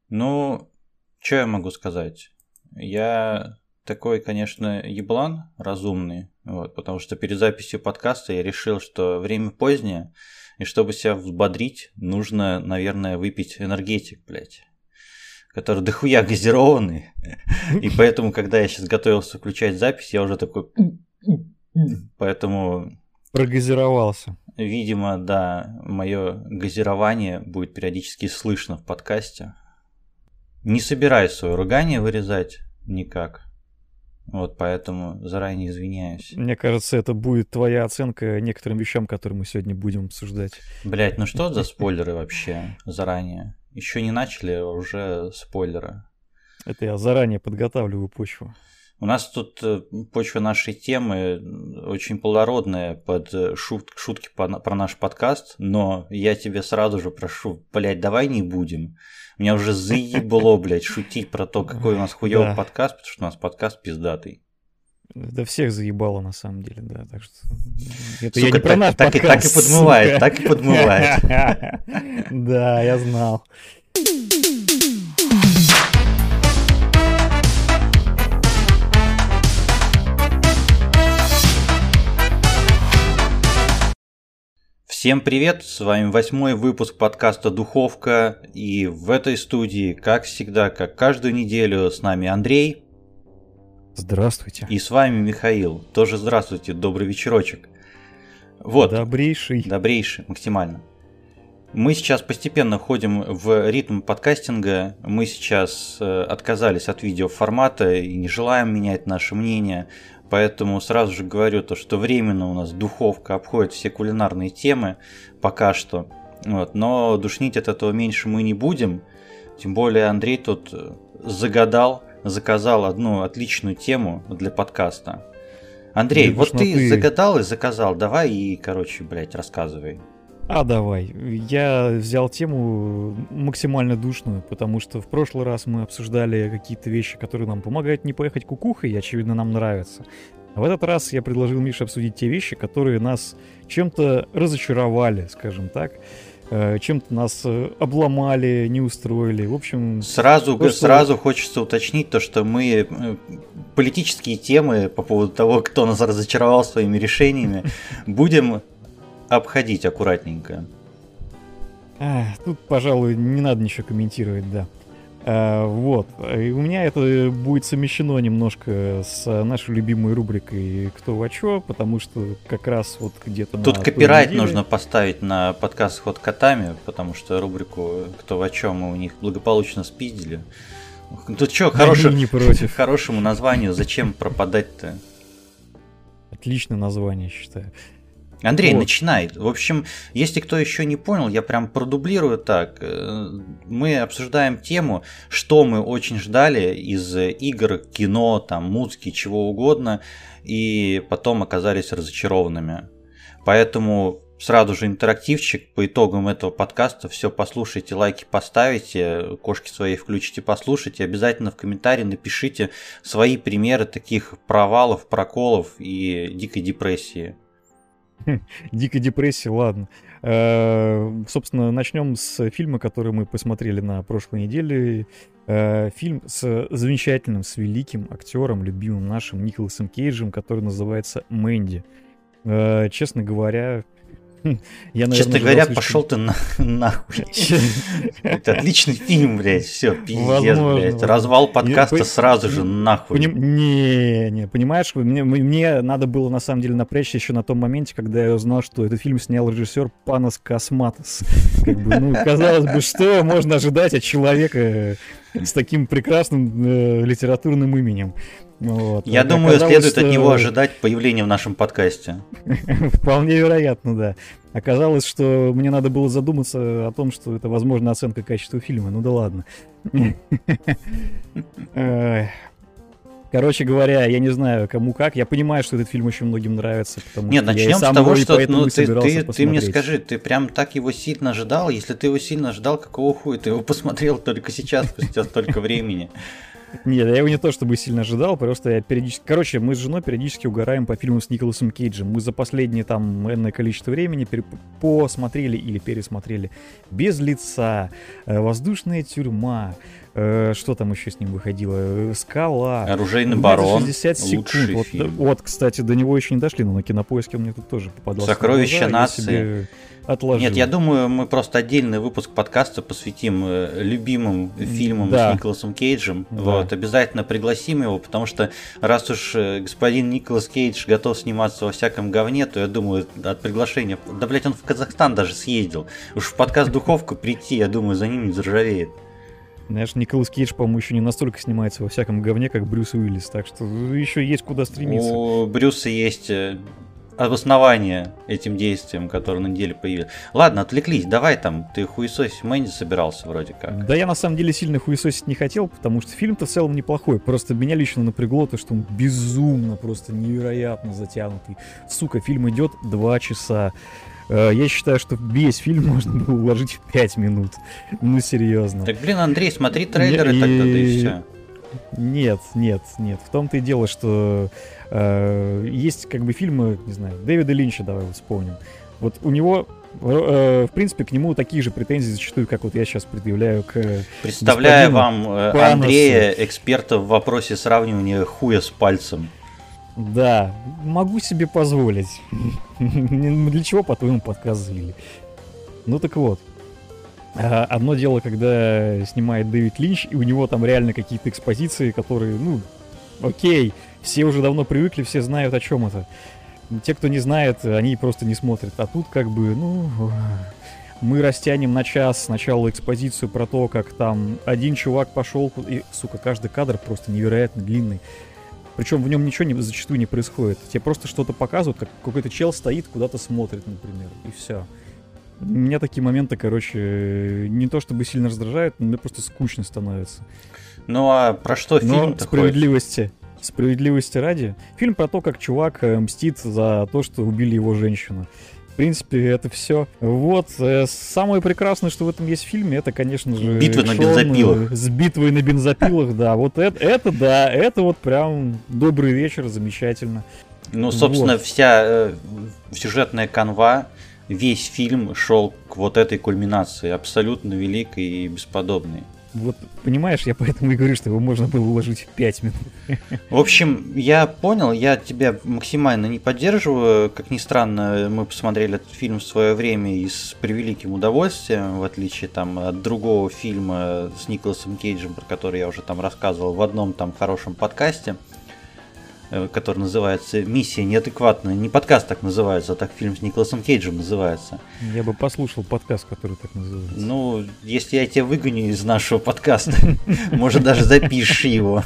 Ну, что я могу сказать? Я такой, конечно, еблан разумный, вот, потому что перед записью подкаста я решил, что время позднее, и чтобы себя взбодрить, нужно, наверное, выпить энергетик, блядь, который дохуя газированный. И поэтому, когда я сейчас готовился включать запись, я уже такой... Поэтому... Прогазировался. Видимо, да, мое газирование будет периодически слышно в подкасте. Не собираюсь свое ругание вырезать никак. Вот поэтому заранее извиняюсь. Мне кажется, это будет твоя оценка некоторым вещам, которые мы сегодня будем обсуждать. Блять, ну что за спойлеры вообще заранее? Еще не начали, а уже спойлеры. Это я заранее подготавливаю почву. У нас тут почва нашей темы очень плодородная под шутки про наш подкаст, но я тебе сразу же прошу, блядь, давай не будем. Меня уже заебло, блядь, шутить про то, какой у нас хуёвый подкаст, потому что у нас подкаст пиздатый. Да всех заебало на самом деле, да, так что... Это сука, я не про наш подкаст. Так и подмывает, так и подмывает. Да, я знал. Всем привет, с вами 8-й выпуск подкаста «Духовка», и в этой студии, как всегда, как каждую неделю, с нами Андрей. Здравствуйте. И с вами Михаил. Тоже здравствуйте, добрый вечерочек. Вот. Добрейший. Добрейший, максимально. Мы сейчас постепенно входим в ритм подкастинга, мы сейчас отказались от видеоформата и не желаем менять наше мнение. Поэтому сразу же говорю то, что временно у нас духовка обходит все кулинарные темы пока что. Вот. Но душнить от этого меньше мы не будем. Тем более Андрей тут заказал одну отличную тему для подкаста. Андрей, да, вот ты загадал и заказал. Давай и, короче, блядь, рассказывай. Давай. Я взял тему максимально душную, потому что в прошлый раз мы обсуждали какие-то вещи, которые нам помогают не поехать кукухой, и, очевидно, нам нравятся. А в этот раз я предложил Мише обсудить те вещи, которые нас чем-то разочаровали, скажем так, чем-то нас обломали, не устроили. В общем... Сразу хочется уточнить то, что мы политические темы по поводу того, кто нас разочаровал своими решениями, будем... обходить аккуратненько. Тут, пожалуй, не надо ничего комментировать, да. Вот. И у меня это будет совмещено немножко с нашей любимой рубрикой «Кто во чё», потому что как раз вот где-то... Тут копирайт нужно поставить на подкаст «Ход котами», потому что рубрику «Кто во чё» мы у них благополучно спиздили. Тут что, хорошему названию зачем пропадать-то? Отличное название, считаю. Андрей, вот. Начинай. В общем, если кто еще не понял, я прям продублирую так. Мы обсуждаем тему, что мы очень ждали из игр, кино, там, музыки, чего угодно, и потом оказались разочарованными. Поэтому сразу же интерактивчик по итогам этого подкаста. Все послушайте, лайки поставите, кошки свои включите, послушайте. Обязательно в комментарии напишите свои примеры таких провалов, проколов и дикой депрессии. Дикой депрессии, ладно. Собственно, начнем с фильма, который мы посмотрели на прошлой неделе. Фильм с замечательным, с великим актером, любимым нашим Николасом Кейджем, который называется «Мэнди». Честно говоря... Честно говоря, пошел ты нахуй. Это отличный фильм, блядь, все, пиздец, блядь. Развал подкаста сразу же нахуй. Не, понимаешь, мне надо было на самом деле напрячься еще на том моменте, когда я узнал, что этот фильм снял режиссер Панос Косматос. Как бы, ну, казалось бы, что можно ожидать от человека с таким прекрасным литературным именем. Вот. Я думаю, следует от него ожидать появления в нашем подкасте. Вполне вероятно, да. Оказалось, что мне надо было задуматься о том, что это, возможно, оценка качества фильма. Ну да ладно. Короче говоря, я не знаю, кому как. Я понимаю, что этот фильм очень многим нравится. Нет, начнем с того, что ты мне скажи, ты прям так его сильно ожидал? Если ты его сильно ждал, какого хуя ты его посмотрел только сейчас, спустя столько времени? Нет, я его не то чтобы сильно ожидал, просто я периодически... Короче, мы с женой периодически угораем по фильмам с Николасом Кейджем. Мы за последнее там энное количество времени посмотрели или пересмотрели «Без лица», «Воздушная тюрьма», что там еще с ним выходило? «Скала», «Оружейный барон», 60 секунд. Вот, кстати, до него еще не дошли, но на Кинопоиске он мне тут тоже попадался. «Сокровища нации». Отложил. Нет, я думаю, мы просто отдельный выпуск подкаста посвятим любимым фильмам с Николасом Кейджем. Да. Вот, обязательно пригласим его, потому что раз уж господин Николас Кейдж готов сниматься во всяком говне, то я думаю, от приглашения... Да, блять, он в Казахстан даже съездил. Уж в подкаст «Духовку» прийти, я думаю, за ним не заржавеет. Знаешь, Николас Кейдж, по-моему, еще не настолько снимается во всяком говне, как Брюс Уиллис, так что еще есть куда стремиться. У Брюса есть... обоснование этим действиям, которые на деле появились. Ладно, отвлеклись, давай там, ты хуесосить Мэнди собирался вроде как. Да я на самом деле сильно хуесосить не хотел, потому что фильм-то в целом неплохой, просто меня лично напрягло то, что он безумно, просто невероятно затянутый. Сука, фильм идет 2 часа. Я считаю, что весь фильм можно было уложить в 5 минут. Ну, серьезно. Так, блин, Андрей, смотри трейлеры тогда, да и все. Нет. В том-то и дело, что есть как бы фильмы, не знаю, Дэвида Линча, давай вот вспомним. Вот у него, в принципе, к нему такие же претензии зачастую, как вот я сейчас предъявляю к Представляю вам Паносу. Андрея, эксперта в вопросе сравнивания хуя с пальцем. Да, могу себе позволить. Для чего, по-твоему, подкаст завели? Ну так вот. Одно дело, когда снимает Дэвид Линч, и у него там реально какие-то экспозиции, которые, ну, окей, все уже давно привыкли, все знают, о чем это. Те, кто не знает, они просто не смотрят. А тут как бы, ну, мы растянем на час сначала экспозицию про то, как там один чувак пошел, и, сука, каждый кадр просто невероятно длинный. Причем в нем ничего зачастую не происходит. Тебе просто что-то показывают, как какой-то чел стоит, куда-то смотрит, например, и все. Меня такие моменты, короче, не то чтобы сильно раздражают, но мне просто скучно становится. Ну а про что фильм такой? Справедливости ради. Фильм про то, как чувак мстит за то, что убили его женщину. В принципе, это все. Вот. Самое прекрасное, что в этом есть в фильме, это, конечно же, битва на бензопилах. С битвой на бензопилах, да. Вот это вот прям добрый вечер, замечательно. Ну, собственно, вот. Вся сюжетная канва, весь фильм шел к вот этой кульминации, абсолютно великой и бесподобной. Вот, понимаешь, я поэтому и говорю, что его можно было уложить в 5 минут. В общем, я понял, я тебя максимально не поддерживаю. Как ни странно, мы посмотрели этот фильм в свое время и с превеликим удовольствием, в отличие там от другого фильма с Николасом Кейджем, про который я уже там рассказывал в одном там хорошем подкасте, который называется «Миссия неадекватная». Не подкаст так называется, а так фильм с Николасом Кейджем называется. Я бы послушал подкаст, который так называется. Ну, если я тебя выгоню из нашего подкаста, может, даже запиши его.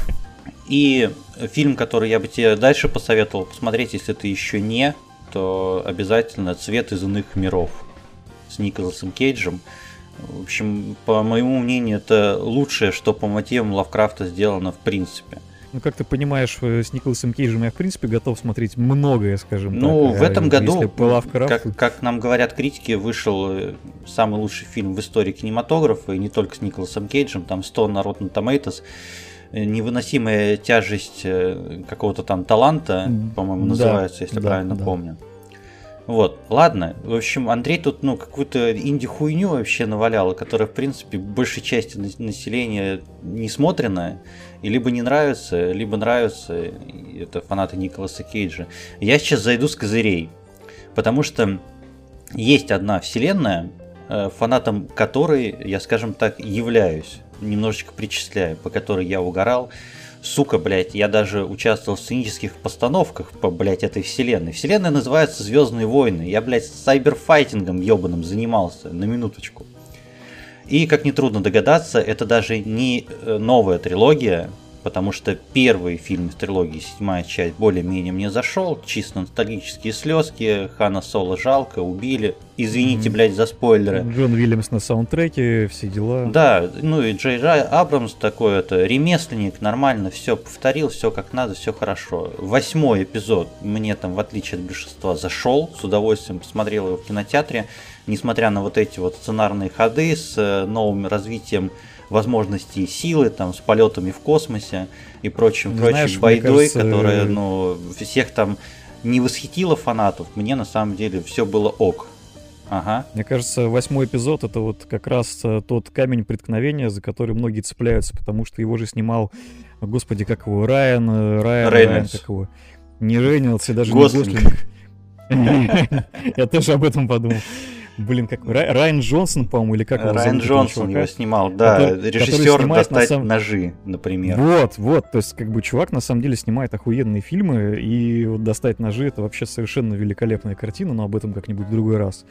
И фильм, который я бы тебе дальше посоветовал посмотреть, если ты еще не, то обязательно «Цвет из иных миров» с Николасом Кейджем. В общем, по моему мнению, это лучшее, что по мотивам Лавкрафта сделано в принципе. Ну, как ты понимаешь, с Николасом Кейджем я, в принципе, готов смотреть многое, скажем так. Ну, в этом году, как нам говорят критики, вышел самый лучший фильм в истории кинематографа, и не только с Николасом Кейджем, там 100 на Rotten Tomatoes, невыносимая тяжесть какого-то там таланта, по-моему, называется, если правильно помню. Вот, ладно. В общем, Андрей тут, какую-то инди-хуйню вообще навалял, которая, в принципе, большей части населения не смотрена, и либо не нравится, либо нравится. И это фанаты Николаса Кейджа. Я сейчас зайду с козырей, потому что есть одна вселенная, фанатом которой я, скажем так, являюсь, немножечко причисляю, по которой я угорал. Сука, блядь, я даже участвовал в сценических постановках по, блядь, этой вселенной. Вселенная называется «Звездные войны». Я, блядь, сайберфайтингом ебаным занимался, на минуточку. И, как нетрудно догадаться, это даже не новая трилогия, потому что первый фильм из трилогии, 7-я часть, более-менее мне зашел. Чисто ностальгические слезки, Хана Соло жалко, убили. Извините, блядь, за спойлеры. Джон Уильямс на саундтреке, все дела. Да, ну и Джей Абрамс такой, ремесленник, нормально, все повторил, все как надо, все хорошо. 8-й эпизод мне там, в отличие от большинства, зашел, с удовольствием посмотрел его в кинотеатре. Несмотря на вот эти вот сценарные ходы с новым развитием возможностей силы, там, с полетами в космосе и прочей Знаешь, байдой, кажется, которая, ну, всех там не восхитила фанатов. Мне на самом деле все было ок. Ага. Мне кажется, 8-й эпизод — это вот как раз тот камень преткновения, за который многие цепляются, потому что его же снимал, господи, как его, Райан, как его, не Рейнольдс и даже Гослинг. не Гослинг. Я тоже об этом подумал. Блин, как Райан Джонсон, по-моему, или как его Райан зовут, Джонсон его снимал, да, режиссер «Достать ножи», например. Вот, то есть как бы чувак на самом деле снимает охуенные фильмы, и вот «Достать ножи» — это вообще совершенно великолепная картина, но об этом как-нибудь в другой раз.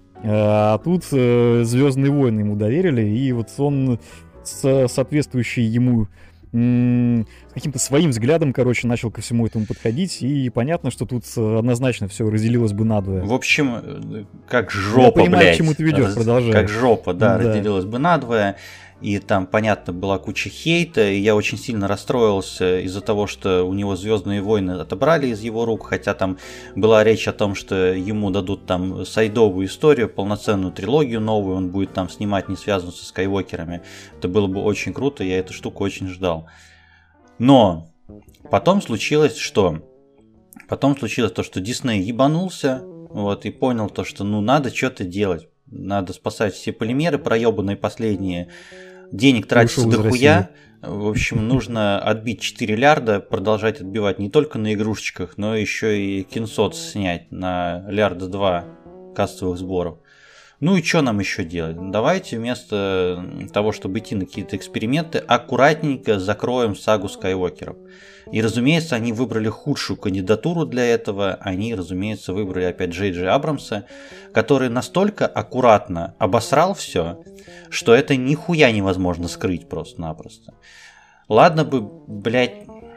А тут «Звездные войны» ему доверили, и вот он с соответствующей ему каким-то своим взглядом, короче, начал ко всему этому подходить, и понятно, что тут однозначно все разделилось бы надвое. В общем, как жопа, я понимаю, блядь. к чему ты ведешь, продолжай. Как жопа, да, разделилась бы надвое. И там, понятно, была куча хейта, и я очень сильно расстроился из-за того, что у него «Звездные войны» отобрали из его рук, хотя там была речь о том, что ему дадут там сайдовую историю, полноценную трилогию новую, он будет там снимать, не связанную со Скайуокерами. Это было бы очень круто, я эту штуку очень ждал. Но потом случилось что? Потом случилось то, что Дисней ебанулся, вот, и понял то, что ну надо что-то делать. Надо спасать все полимеры проебанные последние. Денег тратится дохуя. В общем, нужно отбить 4 лярда, продолжать отбивать не только на игрушечках, но еще и кинсот снять на лярда 2 кассовых сборов. Ну и что нам еще делать? Давайте вместо того, чтобы идти на какие-то эксперименты, аккуратненько закроем сагу Скайуокеров. И, разумеется, они выбрали худшую кандидатуру для этого. Они, разумеется, выбрали опять Джей Джей Абрамса, который настолько аккуратно обосрал все, что это нихуя невозможно скрыть просто-напросто. Ладно бы, блядь...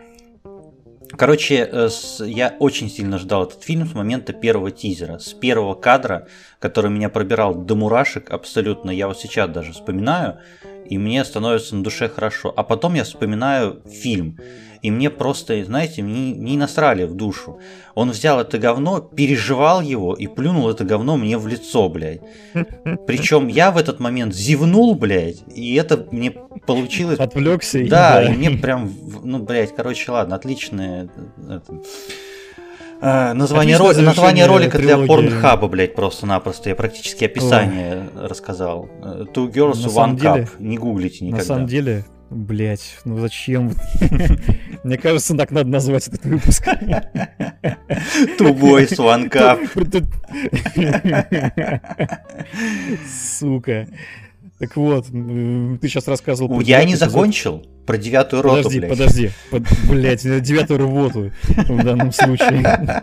Короче, я очень сильно ждал этот фильм с момента первого тизера, с первого кадра, который меня пробирал до мурашек абсолютно. Я вот сейчас даже вспоминаю, и мне становится на душе хорошо. А потом я вспоминаю фильм, и мне просто, знаете, не насрали в душу. Он взял это говно, переживал его и плюнул это говно мне в лицо, блядь. Причем я в этот момент зевнул, блядь, и это мне получилось... Отвлекся. Да, и мне прям, ну, блядь, короче, ладно, отличное... Название ролика для Порнхаба, блядь, просто-напросто. Я практически описание рассказал. Two Girls, One Cup. Не гуглите никогда. На самом деле, блядь, ну зачем? Мне кажется, так надо назвать этот выпуск. Two Boys, One Cup. Сука. Так вот, ты сейчас рассказывал про... Я не закончил про 9-ю роту, блядь. Подожди, блядь, 9-ю рвоту в данном случае.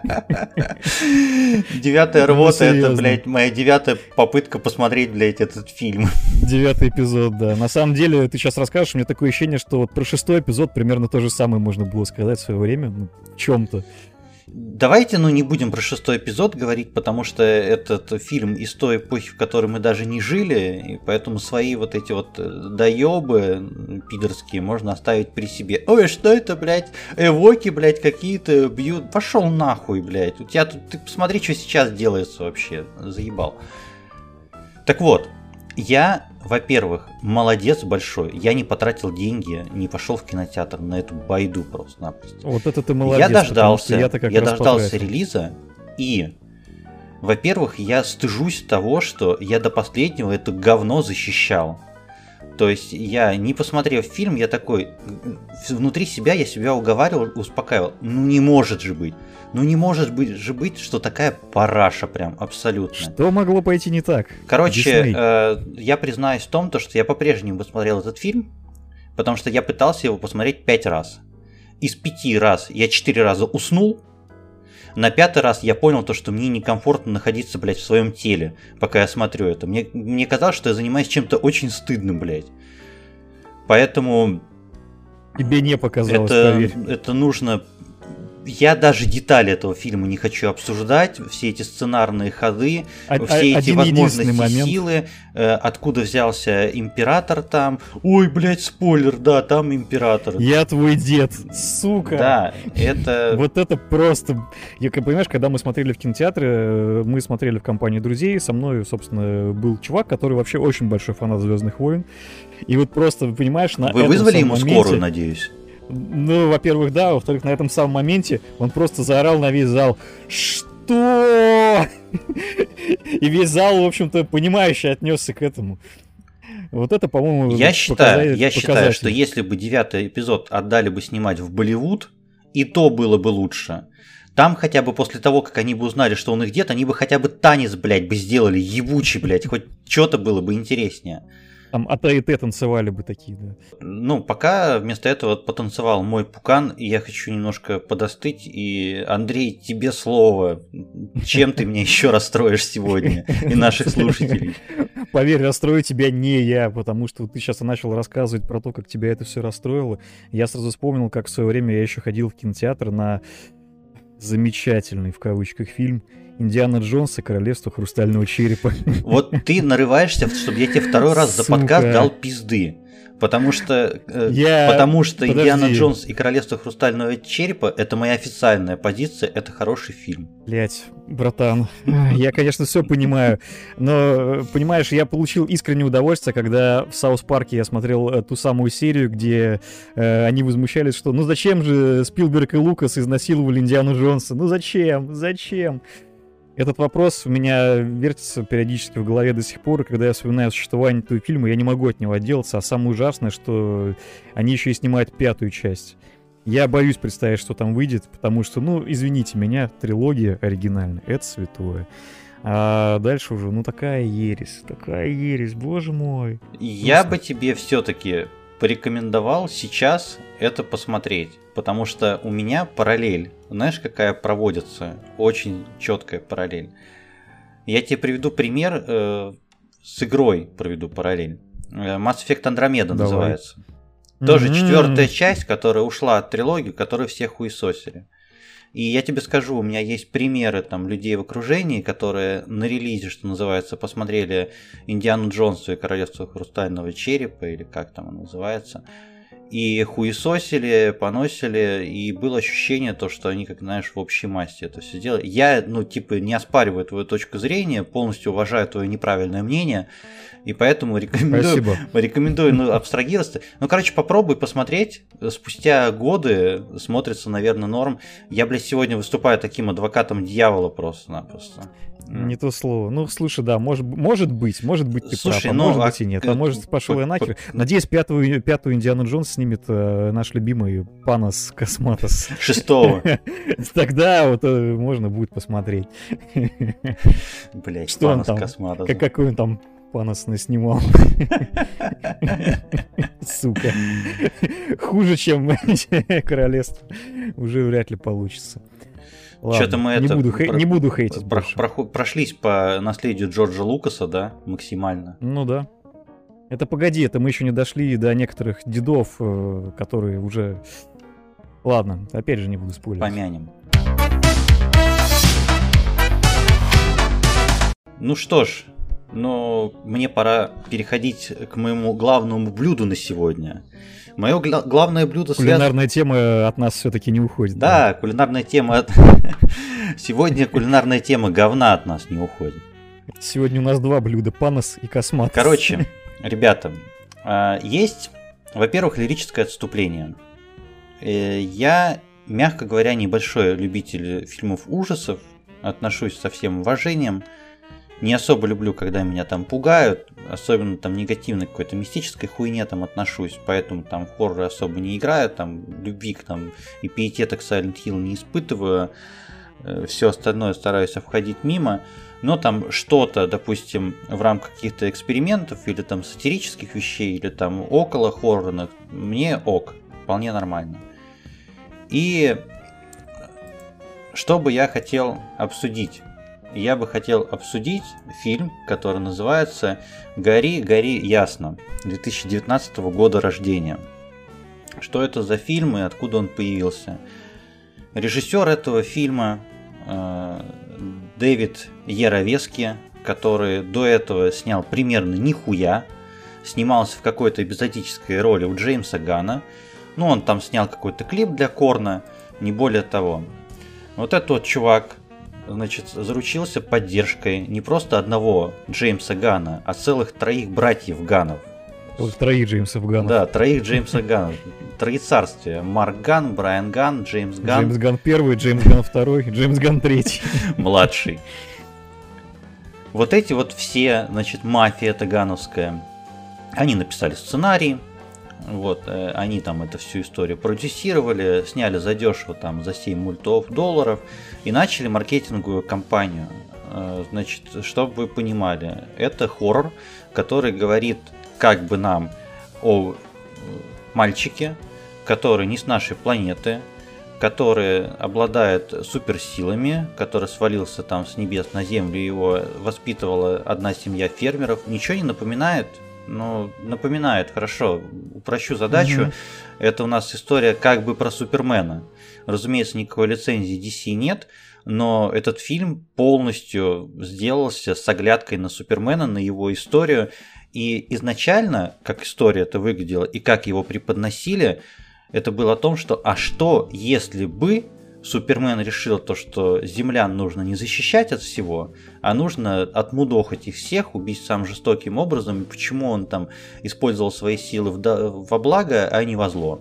9-я рвота, это, блядь, моя 9-я попытка посмотреть, блядь, этот фильм. 9-й эпизод, да. На самом деле, ты сейчас расскажешь, у меня такое ощущение, что вот про 6-й эпизод примерно то же самое можно было сказать в свое время, ну, в чем-то. Давайте, ну, не будем про 6-й эпизод говорить, потому что этот фильм из той эпохи, в которой мы даже не жили, и поэтому свои вот эти вот доебы пидорские можно оставить при себе. Ой, что это, блядь, эвоки, блядь, какие-то бьют. Пошел нахуй, блядь. У тебя тут, ты посмотри, что сейчас делается вообще. Заебал. Так вот, я, во-первых, молодец большой. Я не потратил деньги, не пошел в кинотеатр на эту байду просто-напросто. Вот это ты молодец. Я дождался релиза, и, во-первых, я стыжусь того, что я до последнего это говно защищал. То есть я, не посмотрев фильм, я такой, внутри себя я себя уговаривал, успокаивал. Ну не может же быть. Ну не может быть, что такая параша прям абсолютно. Что могло пойти не так? Короче, я признаюсь в том, что я по-прежнему посмотрел этот фильм, потому что я пытался его посмотреть 5 раз. Из 5 раз я 4 раза уснул. На 5-й раз я понял то, что мне некомфортно находиться, блядь, в своем теле, пока я смотрю это. Мне казалось, что я занимаюсь чем-то очень стыдным, блядь. Поэтому... Тебе не показалось, поверь. Это нужно Я даже детали этого фильма не хочу обсуждать, все эти сценарные ходы, все эти возможности силы, откуда взялся император там. Ой, блядь, спойлер, да, там император. Я твой дед, сука. Да, это... Вот это просто... Понимаешь, когда мы смотрели в кинотеатре, мы смотрели в компании друзей, со мной, собственно, был чувак, который вообще очень большой фанат «Звездных войн». И вот просто, понимаешь, на Вы вызвали ему скорую, надеюсь? Ну, во-первых, да, во-вторых, на этом самом моменте он просто заорал на весь зал: «Что?» И весь зал, в общем-то, понимающе отнесся к этому. Вот это, по-моему, я считаю, что если бы 9-й эпизод отдали бы снимать в Болливуд, и то было бы лучше. Там хотя бы после того, как они бы узнали, что он их дед, они бы хотя бы танец, блядь, бы сделали ебучий, блядь, хоть что-то было бы интереснее. Там АТ и Т танцевали бы такие, да. Ну, пока вместо этого потанцевал мой пукан, и я хочу немножко подостыть. И, Андрей, тебе слово. Чем ты меня еще расстроишь сегодня и наших слушателей? Поверь, расстрою тебя не я, потому что ты сейчас начал рассказывать про то, как тебя это все расстроило. Я сразу вспомнил, как в свое время я еще ходил в кинотеатр на замечательный, в кавычках, фильм «Индиана Джонс и Королевство Хрустального Черепа». Вот ты нарываешься, чтобы я тебе второй раз за подкаст дал пизды. Потому что Индиана Джонс и Королевство Хрустального Черепа — это моя официальная позиция, это хороший фильм. Блять, братан, я, конечно, все понимаю, но, понимаешь, я получил искреннее удовольствие, когда в Саус Парке я смотрел ту самую серию, где они возмущались, что ну зачем же Спилберг и Лукас изнасиловали Индиану Джонса? Ну зачем? Этот вопрос у меня вертится периодически в голове до сих пор, и когда я вспоминаю существование этого фильма, я не могу от него отделаться, а самое ужасное, что они еще и снимают 5-ю часть. Я боюсь представить, что там выйдет, потому что, ну, извините меня, трилогия оригинальная, это святое. А дальше уже, ну, такая ересь, боже мой. Я бы тебе все-таки порекомендовал сейчас это посмотреть, потому что у меня параллель, знаешь, какая проводится, очень четкая параллель. Я тебе приведу пример, с игрой проведу параллель. Mass Effect Andromeda называется. Тоже 4-я часть, которая ушла от трилогии, которую все хуесосили. И я тебе скажу, у меня есть примеры там людей в окружении, которые на релизе, что называется, посмотрели Индиану Джонса и Королевство Хрустального Черепа, или как там оно называется, и хуесосили, поносили, и было ощущение то, что они, как знаешь, в общей массе это все делали. Я, не оспариваю твою точку зрения, полностью уважаю твое неправильное мнение, и поэтому рекомендую абстрагироваться. Попробуй посмотреть. Спустя годы смотрится, наверное, норм. Я, сегодня выступаю таким адвокатом дьявола просто-напросто. Не то слово. Ну, слушай, да, может быть ты прав, а может быть и нет. А может, пошел я нахер. Надеюсь, пятую Индиану Джонс снимет наш любимый Панос Косматос. 6-го. Тогда вот можно будет посмотреть. Блять, что он там, какой он там Панос наснимал. Сука. Хуже, чем Королевство. Уже вряд ли получится. Что-то мы не буду хейтить. Прошлись по наследию Джорджа Лукаса, да, максимально. Ну да. Это погоди, это мы еще не дошли до некоторых дедов, которые уже... Ладно, опять же не буду спойлерить. Помянем. Ну что ж, мне пора переходить к моему главному блюду на сегодня. Мое главное блюдо... Кулинарная тема от нас все-таки не уходит. Да, кулинарная тема... Сегодня кулинарная тема говна от нас не уходит. Сегодня у нас 2 блюда, Панос и Косматос. Короче, ребята, есть, во-первых, лирическое отступление. Я, мягко говоря, небольшой любитель фильмов ужасов, отношусь со всем уважением. Не особо люблю, когда меня там пугают, особенно там негативной какой-то мистической хуйне там отношусь, поэтому там в хорроры особо не играю, там любви к там и пиетета к Silent Hill не испытываю, все остальное стараюсь обходить мимо, но там что-то, допустим, в рамках каких-то экспериментов или там сатирических вещей, или там около хоррорных, мне ок, вполне нормально. И что бы я хотел обсудить? Я бы хотел обсудить фильм, который называется «Гори, гори ясно», 2019 года рождения. Что это за фильм и откуда он появился? Режиссер этого фильма Дэвид Яровески, который до этого снял примерно нихуя, снимался в какой-то эпизодической роли у Джеймса Ганна. Ну, он там снял какой-то клип для Корна, не более того. Вот этот вот чувак, значит, заручился поддержкой не просто одного Джеймса Ганна, а целых 3 братьев Ганнов. Вот 3 Джеймсов Ганнов. Да, 3 Джеймса Ганнов. Троецарствие. Марк Ганн, Брайан Ганн, Джеймс Ганн. Джеймс Ганн 1, Джеймс Ганн 2, Джеймс Ганн 3. Младший. Вот эти вот все, значит, мафия эта гановская, они написали сценарий, вот, они там эту всю историю продюсировали, сняли задешево там за $7 мультов и начали маркетинговую кампанию. Значит, чтобы вы понимали, это хоррор, который говорит как бы нам о мальчике, который не с нашей планеты, который обладает суперсилами, который свалился там с небес на землю, его воспитывала одна семья фермеров. Ничего не напоминает? Ну, напоминает, хорошо, упрощу задачу. Это у нас история как бы про Супермена. Разумеется, никакой лицензии DC нет, но этот фильм полностью сделался с оглядкой на Супермена, на его историю. И изначально, как история это выглядела и как его преподносили, это было о том, что а что, если бы Супермен решил то, что землян нужно не защищать от всего, а нужно отмудохать их всех, убить самым жестоким образом, и почему он там использовал свои силы во благо, а не во зло.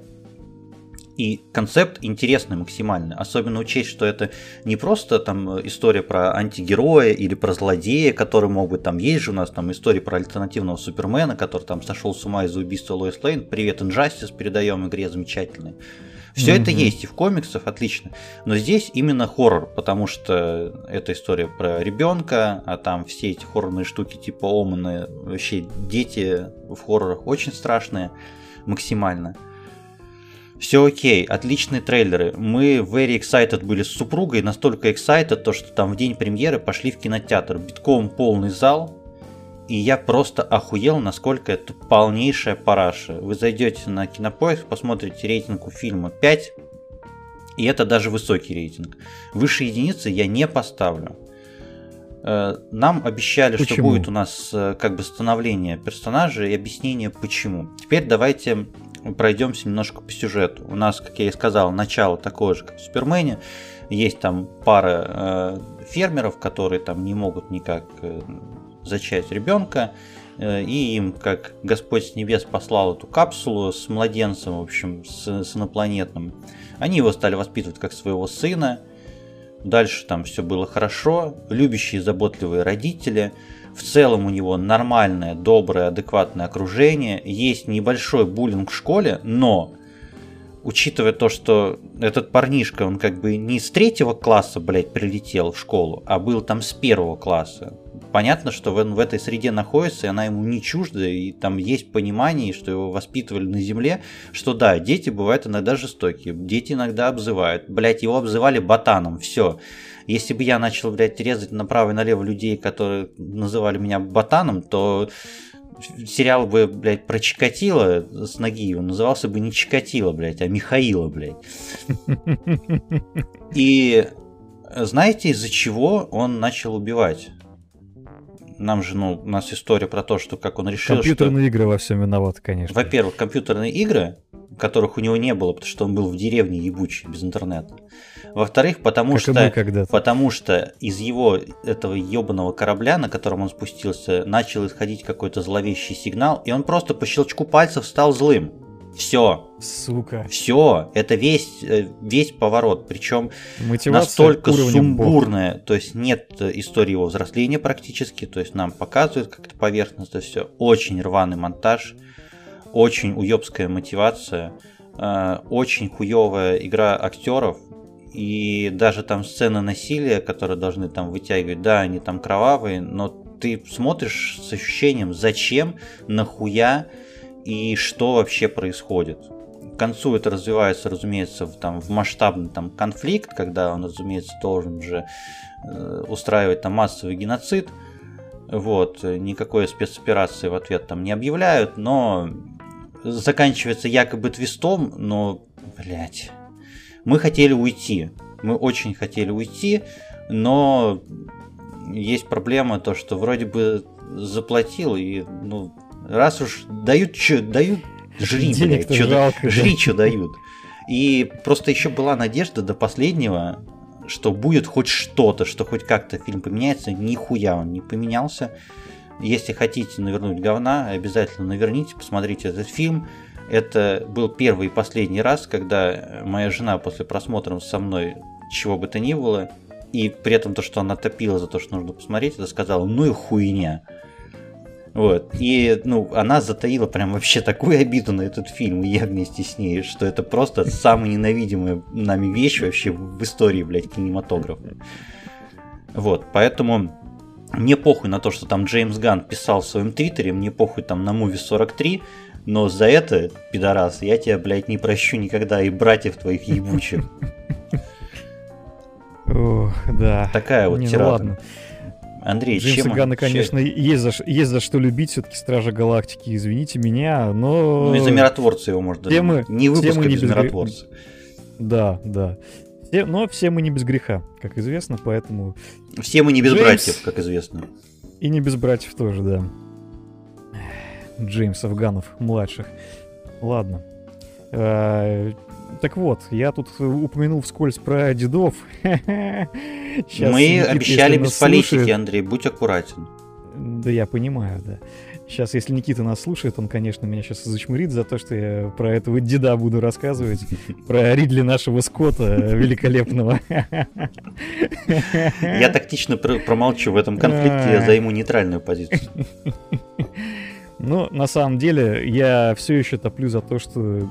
И концепт интересный максимально, особенно учесть, что это не просто там история про антигероя или про злодея, который мог быть там, есть же у нас там история про альтернативного Супермена, который там сошел с ума из-за убийства Лоис Лейн, привет Инжастис передаем игре, замечательный. Все это есть и в комиксах, отлично, но здесь именно хоррор, потому что это история про ребенка, а там все эти хоррорные штуки типа Оманы, вообще дети в хоррорах очень страшные, максимально. Все окей, отличные трейлеры. Мы very excited были с супругой, настолько excited, то что там в день премьеры пошли в кинотеатр. Битком полный зал, и я просто охуел, насколько это полнейшая параша. Вы зайдете на Кинопоиск, посмотрите рейтинг у фильма 5, и это даже высокий рейтинг. Выше единицы я не поставлю. Нам обещали, почему? Что будет у нас как бы становление персонажей и объяснение почему. Теперь давайте пройдемся немножко по сюжету. У нас, как я и сказал, начало такое же, как в Супермене. Есть там пара фермеров, которые там не могут никак зачать ребенка. И им, как Господь с небес послал эту капсулу с младенцем, в общем, с инопланетным, они его стали воспитывать как своего сына. Дальше там все было хорошо. Любящие, заботливые родители. В целом у него нормальное, доброе, адекватное окружение. Есть небольшой буллинг в школе, но учитывая то, что этот парнишка, он как бы не с 3 класса, блядь, прилетел в школу, а был там с 1 класса. Понятно, что он в этой среде находится, и она ему не чужда, и там есть понимание, что его воспитывали на земле, что да, дети бывают иногда жестокие, дети иногда обзывают. Блядь, его обзывали ботаном, все. Если бы я начал, блядь, резать направо и налево людей, которые называли меня ботаном, то сериал бы, блядь, про Чикатило с Нагиевым назывался бы не Чикатило, блядь, а Михаила, блядь. И знаете, из-за чего он начал убивать? Нам же, у нас история про то, что как он решил, компьютерные игры во всем виноваты, конечно. Во-первых, компьютерные игры, которых у него не было, потому что он был в деревне ебучий, без интернета. Во-вторых, потому что из его этого ебаного корабля, на котором он спустился, начал исходить какой-то зловещий сигнал, и он просто по щелчку пальцев стал злым. Все. Сука. Все. Это весь поворот. Причем настолько сумбурная. То есть нет истории его взросления практически. То есть нам показывают как-то поверхностно все. Очень рваный монтаж. Очень уебская мотивация. Очень хуевая игра актеров. И даже там сцены насилия, которые должны там вытягивать, да, они там кровавые, но ты смотришь с ощущением, зачем, нахуя и что вообще происходит. К концу это развивается, разумеется, в масштабный там конфликт, когда он, разумеется, должен же устраивать там массовый геноцид. Вот, никакой спецоперации в ответ там не объявляют, но заканчивается якобы твистом, но, блять, Мы хотели уйти. Мы очень хотели уйти, но есть проблема, то, что вроде бы заплатил, и, ну, раз уж дают, жри, блядь, жри, что дают. И просто еще была надежда до последнего, что будет хоть что-то, что хоть как-то фильм поменяется. Нихуя он не поменялся. Если хотите навернуть говна, обязательно наверните, посмотрите этот фильм. Это был первый и последний раз, когда моя жена после просмотра со мной чего бы то ни было, и при этом то, что она топила за то, что нужно посмотреть, это сказала, ну и хуйня. Вот. И, ну, она затаила прям вообще такую обиду на этот фильм, и я вместе с ней, что это просто самая ненавидимая нами вещь вообще в истории, блядь, кинематографа. Вот, поэтому мне похуй на то, что там Джеймс Ганн писал в своем твиттере, мне похуй там на Movie 43, но за это, пидорас, я тебя, блядь, не прощу никогда, и братьев твоих ебучих. Ох, да. Такая вот тирада. Ладно. Андрей, Джеймса Ганна, конечно, есть за что любить, все-таки Стражи Галактики, извините меня, но... Ну, из-за миротворца его можно... Не выпуска без миротворца. Да, да. Но все мы не без греха, как известно, поэтому... Все мы не без братьев, как известно. И не без братьев тоже, да. Джеймсов Ганнов, младших. Ладно. Так вот, я тут упомянул вскользь про дедов. Мы обещали без политики, Андрей, будь аккуратен. Да я понимаю, да. Сейчас, если Никита нас слушает, он, конечно, меня сейчас зачмырит за то, что я про этого деда буду рассказывать. Про Ридли нашего Скотта великолепного. Я тактично промолчу в этом конфликте, я займу нейтральную позицию. Но на самом деле я все еще топлю за то, что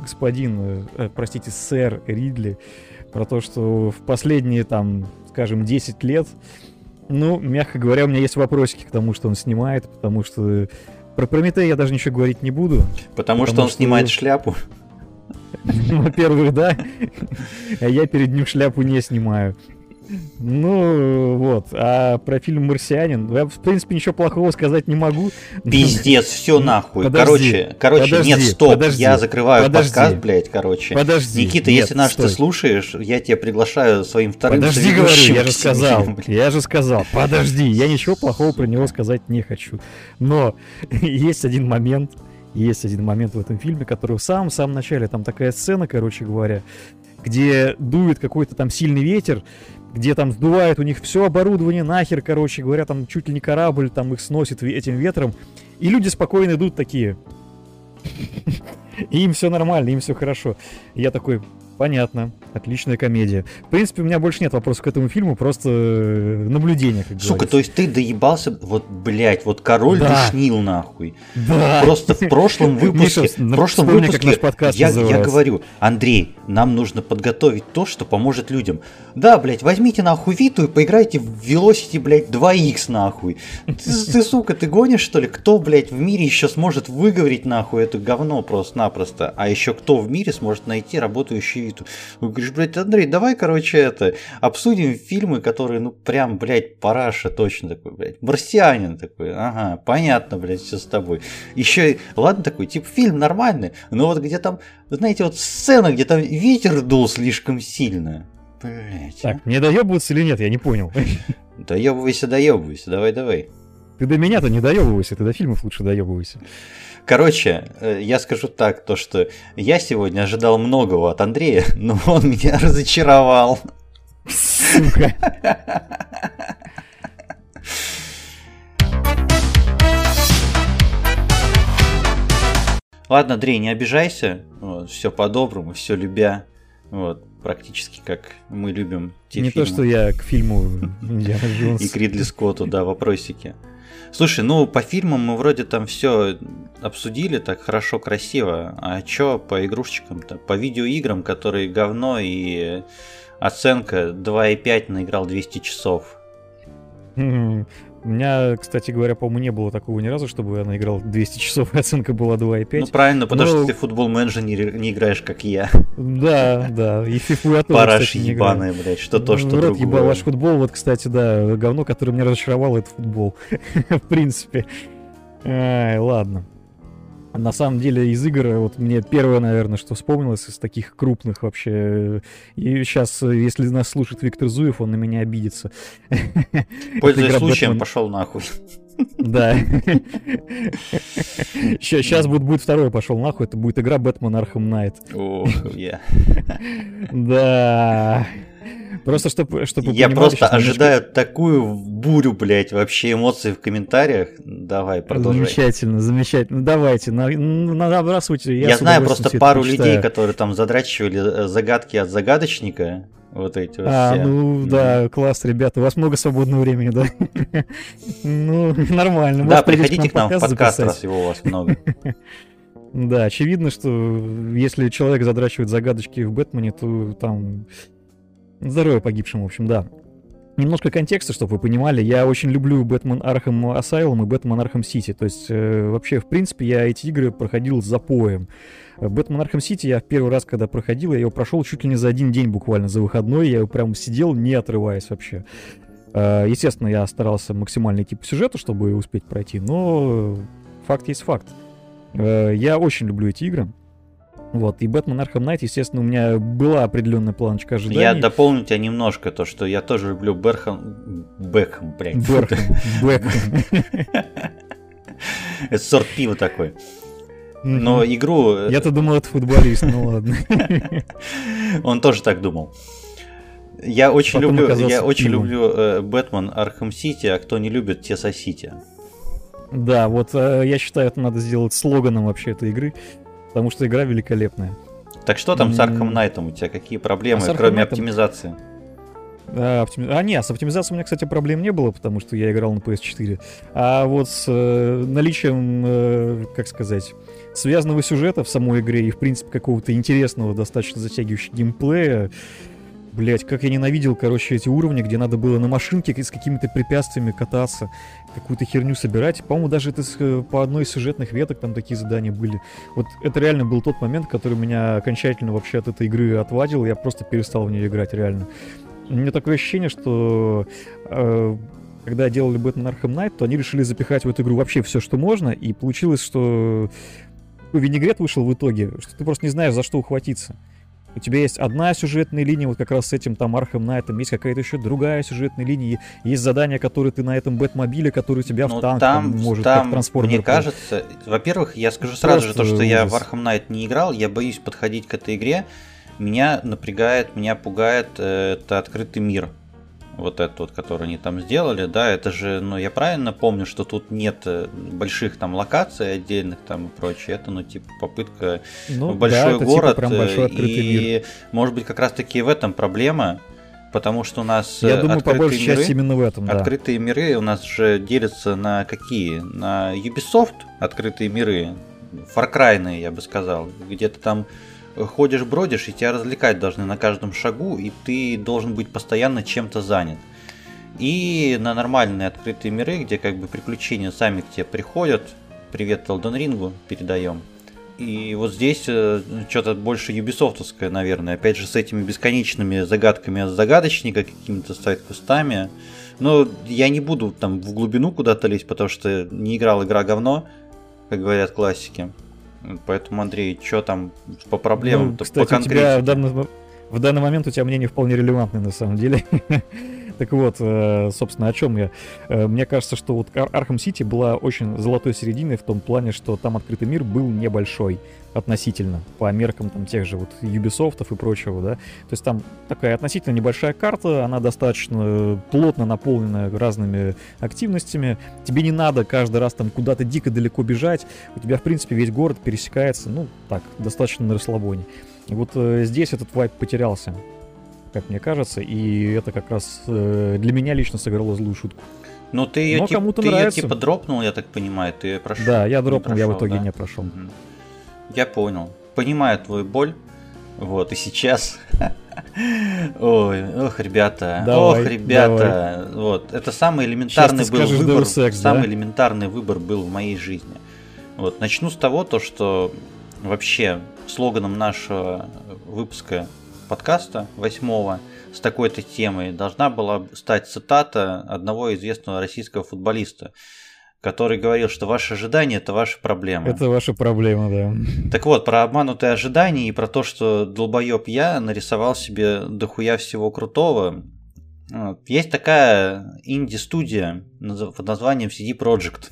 сэр Ридли, про то, что в последние, там, скажем, 10 лет, ну, мягко говоря, у меня есть вопросики к тому, что он снимает, потому что про Прометея я даже ничего говорить не буду. Потому что он снимает шляпу. Во-первых, да. А я перед ним шляпу не снимаю. Ну, вот. А про фильм «Марсианин» я, в принципе, ничего плохого сказать не могу. Пиздец, все нахуй. Короче, нет, стоп, я закрываю подкаст, блядь, короче. Никита, если ты слушаешь, я тебя приглашаю своим вторым соведущим. Подожди, говорю, я же сказал. Подожди, я ничего плохого про него сказать не хочу. Но есть один момент в этом фильме, который в самом начале, там такая сцена, короче говоря, где дует какой-то там сильный ветер, где там сдувает у них все оборудование нахер, короче говоря, там чуть ли не корабль, там их сносит этим ветром, и люди спокойно идут такие. И им все нормально, им все хорошо. И я такой, понятно, отличная комедия. В принципе, у меня больше нет вопросов к этому фильму, просто наблюдение, как Сука, говорится. То есть ты доебался, вот, блядь, вот король душнил нахуй. Да. Просто в прошлом выпуске, я говорю, Андрей, нам нужно подготовить то, что поможет людям. Да, блядь, возьмите нахуй Виту и поиграйте в Velocity, блядь, 2X нахуй. Ты, сука, ты гонишь, что ли? Кто, блядь, в мире еще сможет выговорить нахуй это говно просто-напросто? А еще кто в мире сможет найти работающую Виту? Вы говоришь, блядь, Андрей, давай, короче, обсудим фильмы, которые, ну, прям, блядь, параша точно такой, блядь. Марсианин такой, ага, понятно, блядь, все с тобой. Еще, ладно, такой, типа, фильм нормальный, но вот где там, знаете, вот сцена, где там ветер дул слишком сильно. Блядь. Так, мне доебываться или нет, я не понял. Доебывайся, давай. Ты до меня-то не доебывайся, ты до фильмов лучше доебывайся. Короче, я скажу так, то что я сегодня ожидал многого от Андрея, но он меня разочаровал. Сука. Ладно, Андрей, не обижайся. Вот, все по-доброму, все любя. Вот, практически как мы любим те не фильмы. Не то, что я к фильму Индиана Джонс. И к Ридли Скотту, да, вопросики. Слушай, ну по фильмам мы вроде там все обсудили так хорошо, красиво. А чё по игрушечкам-то? По видеоиграм, которые говно и оценка 2,5 наиграл 200 часов. У меня, кстати говоря, по-моему, не было такого ни разу, чтобы я наиграл 200 часов, и оценка была 2,5. Ну правильно, потому что ты в футбол менеджер не играешь, как я. Да, и в FIFA я тоже, параш ебаная, блядь, что то, что другое. Ебал ваш футбол, вот, кстати, да, говно, которое меня разочаровало, это футбол. В принципе. Ай, ладно. На самом деле из игр, вот мне первое, наверное, что вспомнилось из таких крупных вообще, и сейчас, если нас слушает Виктор Зуев, он на меня обидится. Пользуясь случаем, пошел нахуй. Да. Сейчас будет второй пошел нахуй, это будет игра Бэтмен Arkham Knight. О, Да. Просто чтобы я просто ожидаю такую бурю, блядь, вообще эмоций в комментариях. Давай, продолжай. Замечательно. Давайте, набрасывайте. Я знаю просто пару людей, которые там задрачивали загадки от загадочника. Вот эти вот все. Да, класс, ребята, у вас много свободного времени, да? Ну, нормально. Да, приходите к нам в подкаст, раз его у вас много. Да, очевидно, что если человек задрачивает загадочки в Бэтмене, то там... Здоровье погибшим, в общем, да. Немножко контекста, чтобы вы понимали. Я очень люблю Batman Arkham Asylum и Batman Arkham City. То есть, вообще, в принципе, я эти игры проходил с запоем. Batman Arkham City я в первый раз, когда проходил, я его прошел чуть ли не за один день буквально, за выходной. Я его прям сидел, не отрываясь вообще. Естественно, я старался максимально идти по сюжету, чтобы успеть пройти, но факт есть факт. Я очень люблю эти игры. Вот, и Batman Arkham Knight, естественно, у меня была определенная планочка ожиданий. Я дополню тебя немножко, то, что я тоже люблю Бэкхэм, блядь. Бэкхэм. Это сорт пива такой. Но игру... Я-то думал, это футболист, ну ладно. Он тоже так думал. Я очень люблю Batman Arkham City, а кто не любит, те сосите. Да, вот я считаю, это надо сделать слоганом вообще этой игры. Потому что игра великолепная. Так что там с Arkham Knight'ом? У тебя какие проблемы, кроме оптимизации? Нет, с оптимизацией у меня, кстати, проблем не было, потому что я играл на PS4. А вот с наличием, как сказать, связанного сюжета в самой игре и, в принципе, какого-то интересного, достаточно затягивающего геймплея, блять, как я ненавидел, короче, эти уровни, где надо было на машинке с какими-то препятствиями кататься, какую-то херню собирать. По-моему, даже это по одной из сюжетных веток там такие задания были. Вот это реально был тот момент, который меня окончательно вообще от этой игры отвадил. Я просто перестал в нее играть, реально. У меня такое ощущение, что когда делали Batman Arkham Knight, то они решили запихать в эту игру вообще все, что можно, и получилось, что винегрет вышел в итоге, что ты просто не знаешь, за что ухватиться. У тебя есть одна сюжетная линия, вот как раз с этим там Arkham Knight'ом, есть какая-то еще другая сюжетная линия, есть задания, которые ты на этом Бэтмобиле, который у тебя в танк может как трансформер. Мне кажется, во-первых, я скажу сразу же то, что я в Arkham Knight не играл, я боюсь подходить к этой игре, меня напрягает, меня пугает это открытый мир. Вот этот вот, который они там сделали, да, это же, ну, я правильно помню, что тут нет больших там локаций отдельных там и прочее, это, ну, типа, попытка в большой город, типа большой и, мир. Может быть, как раз-таки в этом проблема, потому что у нас я думаю, по большей части именно в этом, открытые миры у нас же делятся на какие? На Ubisoft открытые миры, Far Cry, я бы сказал, где-то там ходишь, бродишь, и тебя развлекать должны на каждом шагу, и ты должен быть постоянно чем-то занят. И на нормальные открытые миры, где как бы приключения сами к тебе приходят, привет Elden Ring передаем. И вот здесь что-то больше юбисофтовское, наверное, опять же с этими бесконечными загадками от загадочника, какими-то сайт-квестами. Но я не буду там в глубину куда-то лезть, потому что не играл, игра говно, как говорят классики. Поэтому, Андрей, что там по проблемам? Ну, кстати, по конкретике? В данный момент у тебя мнение вполне релевантное, на самом деле. Так вот, собственно, о чем я? Мне кажется, что вот Arkham City была очень золотой серединой в том плане, что там открытый мир был небольшой относительно, по меркам там тех же вот Ubisoft'ов и прочего, да. То есть там такая относительно небольшая карта, она достаточно плотно наполнена разными активностями. Тебе не надо каждый раз там куда-то дико далеко бежать. У тебя, в принципе, весь город пересекается, ну, так, достаточно на расслабоне. И вот здесь этот вайб потерялся, как мне кажется, и это как раз для меня лично сыграло злую шутку. Ну, ты ее типа дропнул, я так понимаю, ты прошел. Да, я дропнул, я в итоге не прошел. Я понял. Понимаю твою боль. Вот, и сейчас... Ой, ребята. Давай. Вот, это самый элементарный был выбор. Самый элементарный выбор был в моей жизни. Вот, начну с того, что вообще слоганом нашего выпуска подкаста 8-го с такой-то темой должна была стать цитата одного известного российского футболиста. который говорил, что ваши ожидания – это ваша проблема. Это ваша проблема, да. Так вот, про обманутые ожидания и про то, что долбоеб я нарисовал себе дохуя всего крутого. Есть такая инди-студия под названием CD Projekt.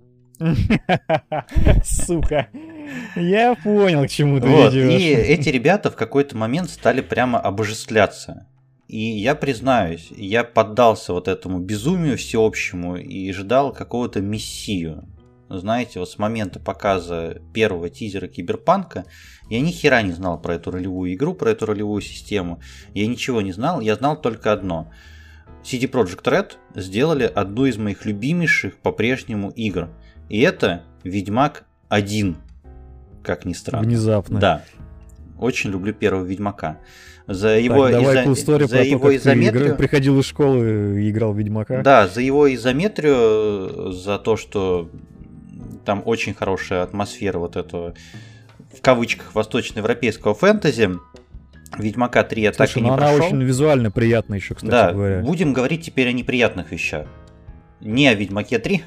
Сука. Я понял, к чему ты Вот. ведешь. И эти ребята в какой-то момент стали прямо обожествляться. И я признаюсь, я поддался вот этому безумию всеобщему и ждал какого-то мессию. Знаете, вот с момента показа первого тизера Киберпанка я ни хера не знал про эту ролевую игру, про эту ролевую систему. Я ничего не знал, я знал только одно. CD Projekt Red сделали одну из моих любимейших по-прежнему игр. И это Ведьмак 1, как ни странно. Внезапно. Да. Очень люблю первого Ведьмака. За его, так, давай cool за его изометрию... Ты приходил из школы и играл в Ведьмака. Да, за его изометрию, за то, что там очень хорошая атмосфера вот этого, в кавычках, восточноевропейского фэнтези. Ведьмака 3 я так и не прошел. Она очень визуально приятная еще, кстати да, говоря. Будем говорить теперь о неприятных вещах. Не о Ведьмаке 3,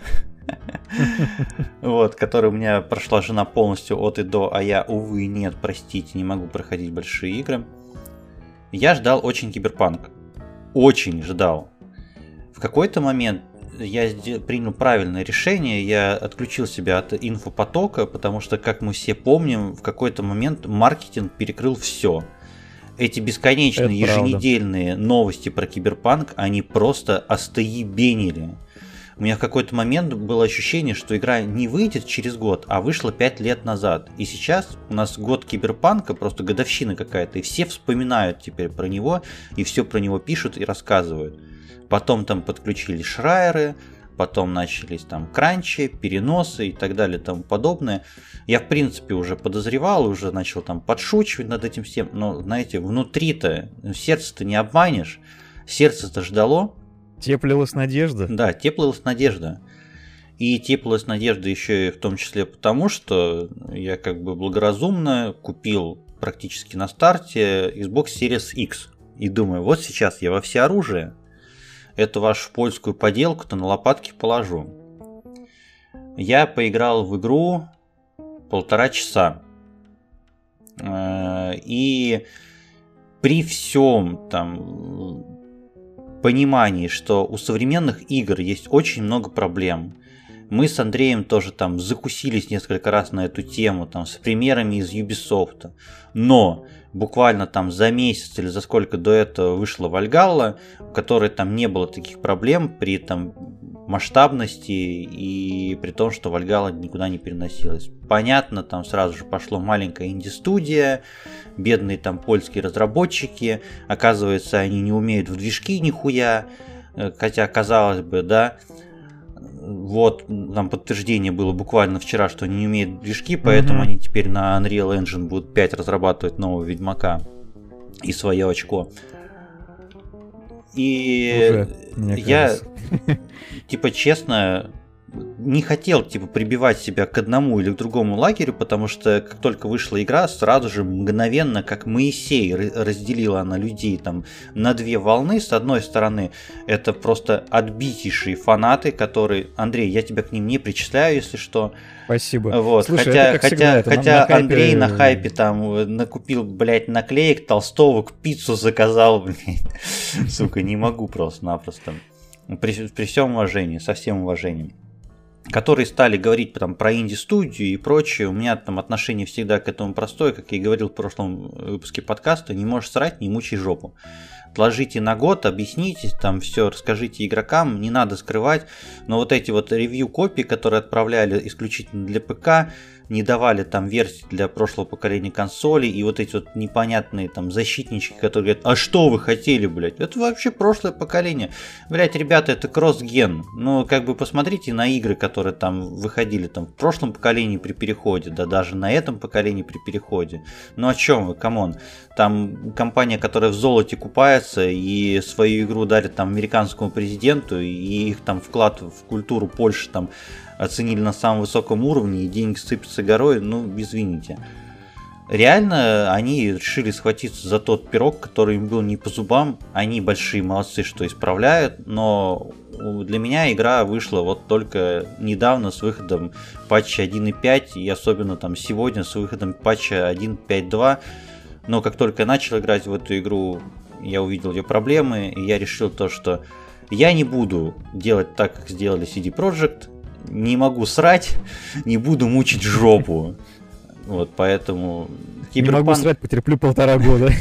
вот, который у меня прошла жена полностью от и до, а я, увы, нет, простите, не могу проходить большие игры. Я ждал очень Киберпанк. Очень ждал. В какой-то момент я принял правильное решение, я отключил себя от инфопотока, потому что, как мы все помним, в какой-то момент маркетинг перекрыл все. Эти бесконечные еженедельные новости про Киберпанк, они просто остоебенили. У меня в какой-то момент было ощущение, что игра не выйдет через год, а вышла 5 лет назад. И сейчас у нас год Киберпанка, просто годовщина какая-то, и все вспоминают теперь про него, и все про него пишут и рассказывают. Потом там подключились шрайеры, потом начались там кранчи, переносы и так далее и тому подобное. Я, в принципе, уже подозревал, уже начал там подшучивать над этим всем, но, знаете, внутри-то, сердце-то не обманешь, сердце-то ждало. Теплилась надежда? Да, теплилась надежда. И теплилась надежда еще и в том числе потому, что я как бы благоразумно купил практически на старте Xbox Series X. И думаю, вот сейчас я во всеоружие эту вашу польскую поделку-то на лопатки положу. Я поиграл в игру 1,5 часа. И при всем там понимании, что у современных игр есть очень много проблем. Мы с Андреем тоже там закусились несколько раз на эту тему, там, с примерами из Ubisoft. Но буквально там за месяц или за сколько до этого вышла Valhalla, у которой там не было таких проблем при там масштабности и при том, что Valhalla никуда не переносилась. Понятно, там сразу же пошло маленькая инди-студия, бедные там польские разработчики, оказывается, они не умеют в движки нихуя, хотя казалось бы, да. Вот, там подтверждение было буквально вчера, что они не умеют движки, поэтому они теперь на Unreal Engine будут 5 разрабатывать нового Ведьмака и свое очко. И уже, я, типа, честно, не хотел, типа, прибивать себя к одному или к другому лагерю, потому что как только вышла игра, сразу же мгновенно, как Моисей, разделила она людей там на две волны. С одной стороны, это просто отбитейшие фанаты, которые... Андрей, я тебя к ним не причисляю, если что. Спасибо. Вот. Слушай, хотя Андрей на хайпе там накупил, блядь, наклеек, толстовок, пиццу заказал, блядь. Сука, не могу просто-напросто. При всем уважении, со всем уважением. Которые стали говорить там про инди-студию и прочее. У меня там отношение всегда к этому простое, как я и говорил в прошлом выпуске подкаста: не можешь срать, не мучай жопу. Отложите на год, объясните, там все расскажите игрокам, не надо скрывать. Но вот эти вот ревью-копии, которые отправляли исключительно для ПК, не давали там версии для прошлого поколения консолей, и вот эти вот непонятные там защитнички, которые говорят: а что вы хотели, блядь? Это вообще прошлое поколение. Блядь, ребята, это кросс-ген. Ну, как бы посмотрите на игры, которые там выходили там в прошлом поколении при переходе, да даже на этом поколении при переходе. Ну о чем вы, камон? Там компания, которая в золоте купается и свою игру дарит там американскому президенту, и их там вклад в культуру Польши там оценили на самом высоком уровне, и деньги сыпятся горой, ну, извините. Реально, они решили схватиться за тот пирог, который им был не по зубам. Они большие молодцы, что исправляют, но для меня игра вышла вот только недавно с выходом патча 1.5, и особенно там сегодня с выходом патча 1.5.2. Но как только я начал играть в эту игру, я увидел ее проблемы, и я решил то, что я не буду делать так, как сделали CD Projekt, не могу срать, не буду мучить жопу. Вот, поэтому... Не могу срать, потерплю 1,5 года.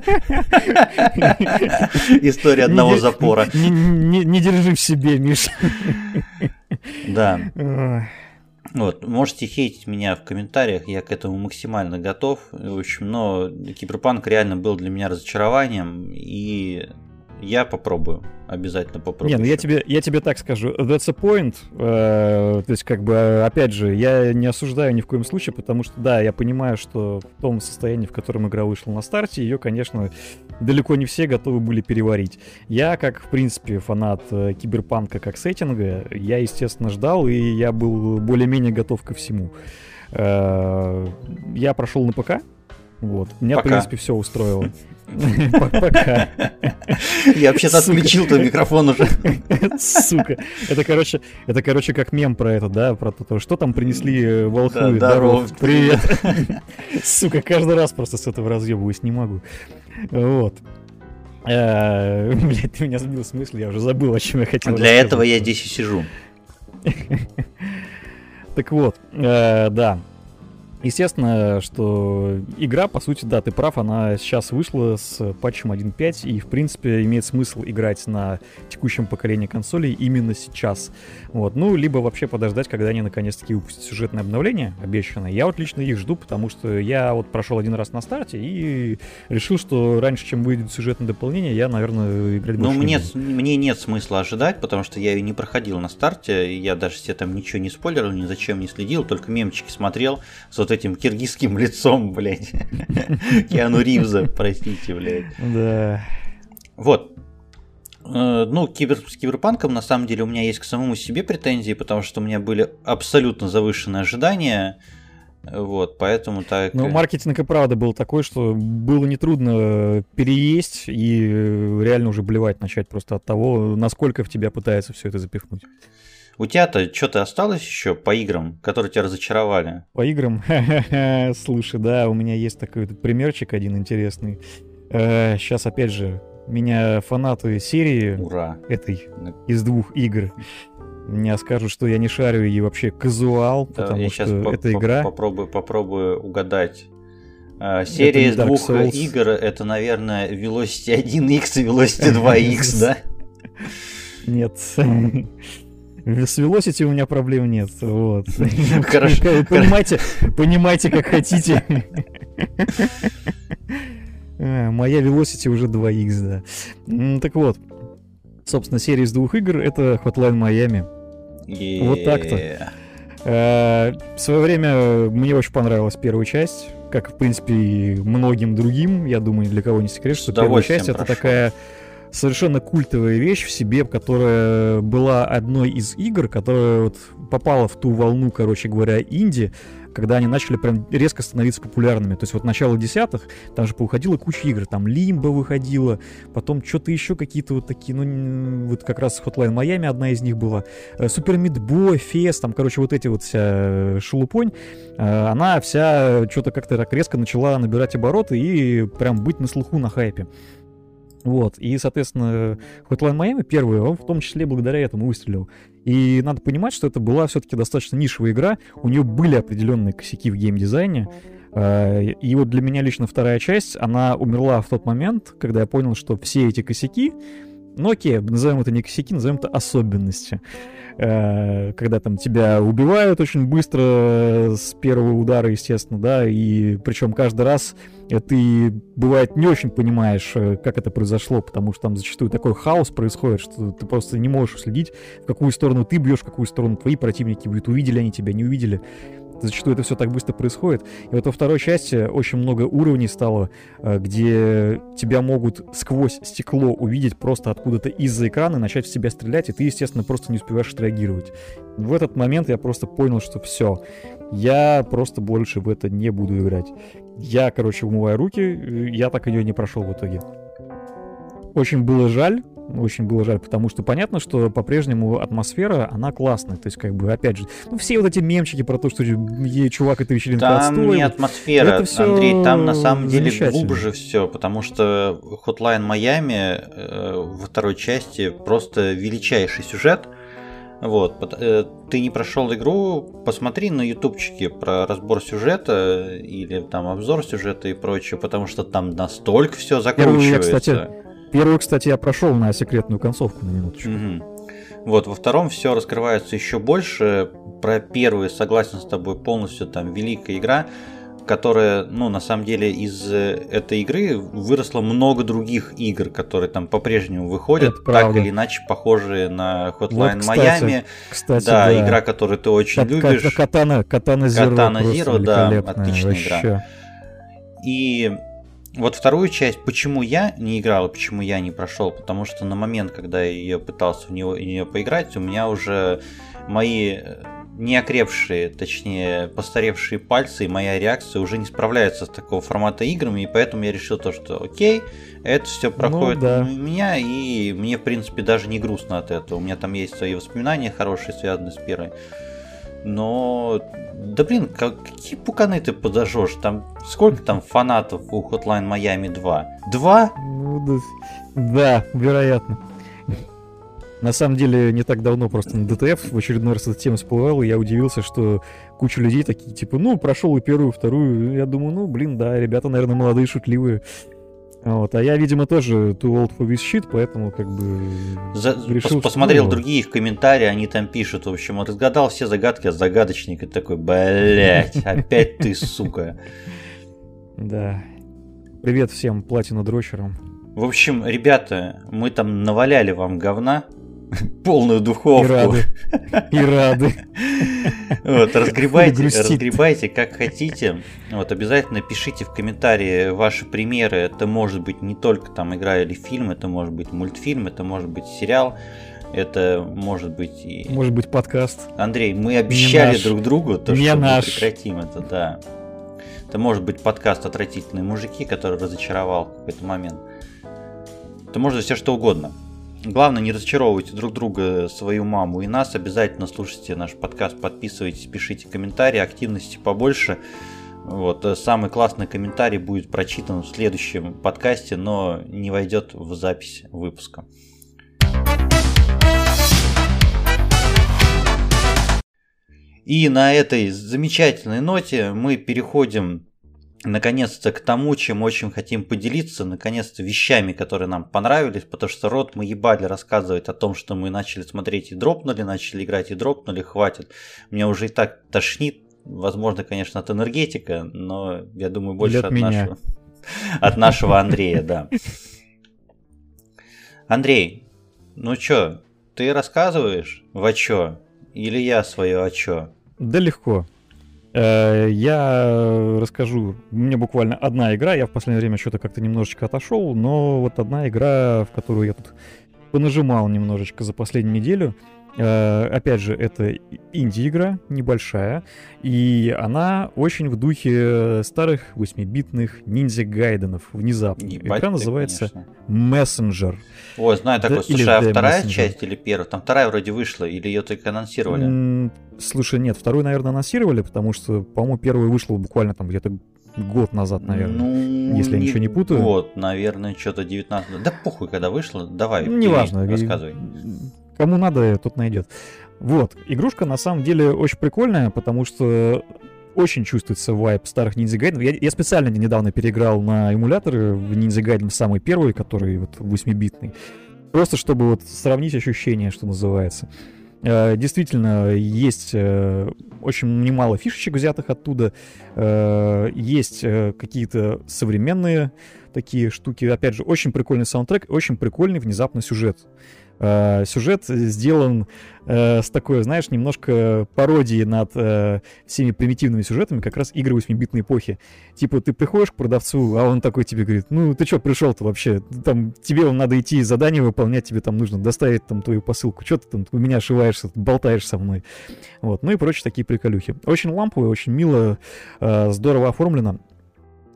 История одного запора. Не держи в себе, Миша. Да. Вот, можете хейтить меня в комментариях, я к этому максимально готов. В общем, но Киберпанк реально был для меня разочарованием, и я попробую. Обязательно попробую. Не, ну я тебе так скажу. That's a point. То есть, как бы, опять же, я не осуждаю ни в коем случае, потому что, да, я понимаю, что в том состоянии, в котором игра вышла на старте, ее, конечно, далеко не все готовы были переварить. Я, как, в принципе, фанат Киберпанка как сеттинга, я, естественно, ждал, и я был более-менее готов ко всему. Я прошел на ПК. Вот. Меня, в принципе, все устроило. Пока. Я вообще-то отключил твой микрофон уже. Сука. Это, короче, как мем про это, да? Про то, что там принесли волхвы. Да, здорово. Привет. Сука, каждый раз просто с этого разъебываюсь, не могу. Вот. Блядь, ты меня сбил с мысли, я уже забыл, о чем я хотел. Для этого я здесь и сижу. Так вот, да. Естественно, что игра, по сути, да, ты прав, она сейчас вышла с патчем 1.5, и, в принципе, имеет смысл играть на текущем поколении консолей именно сейчас. Вот. Ну, либо вообще подождать, когда они наконец-таки выпустят сюжетное обновление, обещанное. Я вот лично их жду, потому что я вот прошел один раз на старте и решил, что раньше, чем выйдет сюжетное дополнение, я, наверное, играть больше не буду. Мне нет смысла ожидать, потому что я ее не проходил на старте, я даже себе там ничего не спойлерил, ни зачем не следил, только мемчики смотрел с вот этим киргизским лицом, блядь. Киану Ривза, простите, блядь. Да. Вот. Ну, с Киберпанком, на самом деле, у меня есть к самому себе претензии, потому что у меня были абсолютно завышенные ожидания. Вот, поэтому так... Ну, маркетинг и правда был такой, что было нетрудно переесть и реально уже блевать начать просто от того, насколько в тебя пытается все это запихнуть. У тебя-то что-то осталось еще по играм, которые тебя разочаровали? По играм? Слушай, да, у меня есть такой примерчик один интересный. Сейчас, опять же, меня фанаты серии этой из 2 игр меня скажут, что я не шарю и вообще казуал, да, потому что эта игра... Попробую угадать. Серия из 2 игр, это, наверное, Velocity 1X и Velocity 2X, да? Нет. С Velocity у меня проблем нет. Вот. Хорошо. Понимайте, как хотите. Моя Velocity уже 2X, да. Так вот. Собственно, серия из 2 игр — это Hotline Miami. Вот так-то. В свое время мне очень понравилась первая часть, как, в принципе, и многим другим. Я думаю, ни для кого не секрет, что первая часть — это такая... совершенно культовая вещь в себе, которая была одной из игр, которая вот попала в ту волну, короче говоря, инди, когда они начали прям резко становиться популярными. То есть вот начало десятых, там же поуходила куча игр, там Limbo выходила, потом что-то еще какие-то вот такие, ну, вот как раз Hotline Miami одна из них была, Super Meat Boy, Fest, там, короче, вот эти вот вся шелупонь, она вся что-то как-то так резко начала набирать обороты и прям быть на слуху, на хайпе. Вот, и, соответственно, Hotline Miami первый, он в том числе благодаря этому выстрелил. И надо понимать, что это была все-таки достаточно нишевая игра, у нее были определенные косяки в геймдизайне, и вот для меня лично вторая часть, она умерла в тот момент, когда я понял, что все эти косяки, ну окей, назовем это не косяки, назовем это особенности. Когда там тебя убивают очень быстро с первого удара, естественно, да, и причем каждый раз ты, бывает, не очень понимаешь, как это произошло, потому что там зачастую такой хаос происходит, что ты просто не можешь уследить, в какую сторону ты бьешь, в какую сторону твои противники бьют, увидели они тебя, не увидели. Зачастую это все так быстро происходит. И вот во второй части очень много уровней стало, где тебя могут сквозь стекло увидеть просто откуда-то из-за экрана, начать в себя стрелять, и ты, естественно, просто не успеваешь отреагировать. В этот момент я просто понял, что все, я просто больше в это не буду играть. Я, короче, умываю руки, я так ее не прошел в итоге. Очень было жаль, Очень было жаль, потому что понятно, что по-прежнему атмосфера, она классная. То есть, как бы, опять же, все вот эти мемчики про то, что чувак, это вечеринка там отстой. Там не атмосфера, Андрей, там на самом деле глубже все, потому что Hotline Miami во второй части просто величайший сюжет. Вот, ты не прошел игру, посмотри на ютубчике про разбор сюжета или там обзор сюжета и прочее, потому что там настолько все закручивается. Первую, кстати, я прошел на секретную концовку, на минуточку. Вот, во втором все раскрывается еще больше. Про первую согласен с тобой полностью, там великая игра, которая, ну, на самом деле, из этой игры выросло много других игр, которые там по-прежнему выходят, так или иначе похожие на Hotline Miami. Кстати, да, игра, которую ты очень любишь. Катана Zero, да, отличная вообще. Игра. И вот вторую часть, почему я не играл и почему я не прошел, потому что на момент, когда я ее пытался в нее поиграть, у меня уже мои неокрепшие, точнее постаревшие пальцы и моя реакция уже не справляются с такого формата играми, и поэтому я решил то, что окей, это все проходит у меня, и мне в принципе даже не грустно от этого. У меня там есть свои воспоминания хорошие, связанные с первой. Но, да блин, какие пуканы ты подожжешь? Там сколько там фанатов у Hotline Miami 2? 2? Ну, да, вероятно. На самом деле, не так давно просто на ДТФ в очередной раз эта тема всплывала, и я удивился, что куча людей такие, типа, ну, прошел и первую, и вторую. Я думаю, ну, блин, да, ребята, наверное, молодые, шутливые. Вот. А я, видимо, тоже too old for this shit, поэтому как бы решил, посмотрел другие их комментарии, они там пишут, в общем, разгадал все загадки, а загадочник и такой, блять, опять ты, сука. Да. Привет всем платину-дрочерам. В общем, ребята, мы там наваляли вам говна, полную духовку. И рады. Вот, разгребайте как хотите. Вот, обязательно пишите в комментарии ваши примеры. Это может быть не только там игра или фильм, это может быть мультфильм, это может быть сериал, это может быть и... Может быть подкаст. Андрей, мы обещали друг другу, то, что мы прекратим это, да. Это может быть подкаст «Отвратительные мужики», который разочаровал в какой-то момент. Это может все что угодно. Главное, не разочаровывайте друг друга, свою маму и нас. Обязательно слушайте наш подкаст, подписывайтесь, пишите комментарии, активности побольше. Вот, самый классный комментарий будет прочитан в следующем подкасте, но не войдет в запись выпуска. И на этой замечательной ноте мы переходим наконец-то к тому, чем очень хотим поделиться, наконец-то вещами, которые нам понравились, потому что рот мы ебали рассказывать о том, что мы начали смотреть и дропнули, начали играть и дропнули, хватит. Меня уже и так тошнит, возможно, конечно, от энергетика, но я думаю, больше от нашего Андрея, да. Андрей, ну чё, ты рассказываешь во чё? Или я свое о чё? Да легко. Я расскажу. У меня буквально одна игра. Я в последнее время что-то как-то немножечко отошел, но вот одна игра, в которую я тут понажимал немножечко за последнюю неделю. Опять же, это инди-игра, небольшая, и она очень в духе старых 8-битных ниндзя-гайденов внезапно. Игра называется Messenger. Ой, знаю такой. Слушай, а вторая часть или первая? Там вторая вроде вышла, или ее только анонсировали? Слушай, нет, вторую, наверное, анонсировали, потому что, по-моему, первая вышла буквально там где-то год назад, наверное, если я ничего не путаю. Вот, наверное, что-то 19... Да похуй, когда вышло, давай, неважно, рассказывай. Кому надо, тот найдет. Вот, игрушка на самом деле очень прикольная, потому что очень чувствуется вайб старых Ninja Gaiden. Я специально недавно переиграл на эмуляторы в Ninja Gaiden самый первый, который вот 8-битный. Просто чтобы вот сравнить ощущения, что называется. Действительно, есть очень немало фишечек, взятых оттуда. Есть какие-то современные такие штуки. Опять же, очень прикольный саундтрек, очень прикольный внезапно сюжет. Сюжет сделан с такой, знаешь, немножко пародией над всеми примитивными сюжетами, как раз игры 8-битной эпохи. Типа, ты приходишь к продавцу, а он такой тебе говорит: ну, ты что пришел-то вообще? Там, тебе надо идти задание выполнять, тебе там нужно доставить там твою посылку. Что ты там у меня ошиваешься, болтаешь со мной? Вот, ну и прочие такие приколюхи. Очень лампово, очень мило, здорово оформлено.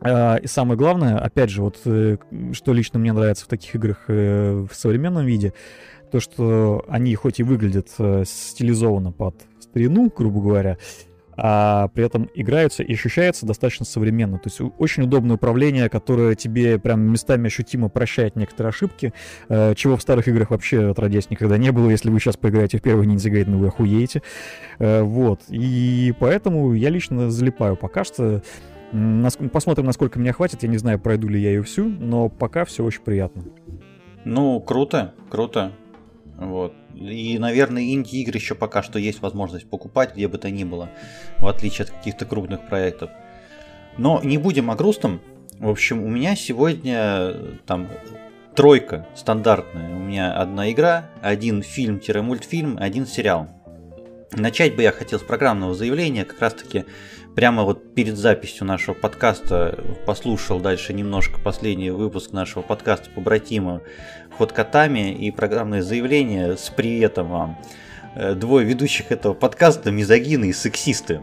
И самое главное, опять же, вот что лично мне нравится в таких играх в современном виде, то, что они хоть и выглядят стилизованно под старину, грубо говоря, а при этом играются и ощущаются достаточно современно. То есть очень удобное управление, которое тебе прям местами ощутимо прощает некоторые ошибки, чего в старых играх вообще отродясь никогда не было. Если вы сейчас поиграете в первый Ninja Gaiden, вы охуеете. Вот. И поэтому я лично залипаю пока что. Посмотрим, насколько меня хватит. Я не знаю, пройду ли я ее всю, но пока все очень приятно. Ну, круто, круто. Вот. И, наверное, инди-игры еще пока что есть возможность покупать, где бы то ни было, в отличие от каких-то крупных проектов. Но не будем о грустном. В общем, у меня сегодня там тройка стандартная. У меня одна игра, один фильм-мультфильм, один сериал. Начать бы я хотел с программного заявления, как раз-таки прямо вот перед записью нашего подкаста послушал дальше немножко последний выпуск нашего подкаста «Побратимы Ход Котами» и программное заявление с приветом вам. Двое ведущих этого подкаста мизогины и сексисты.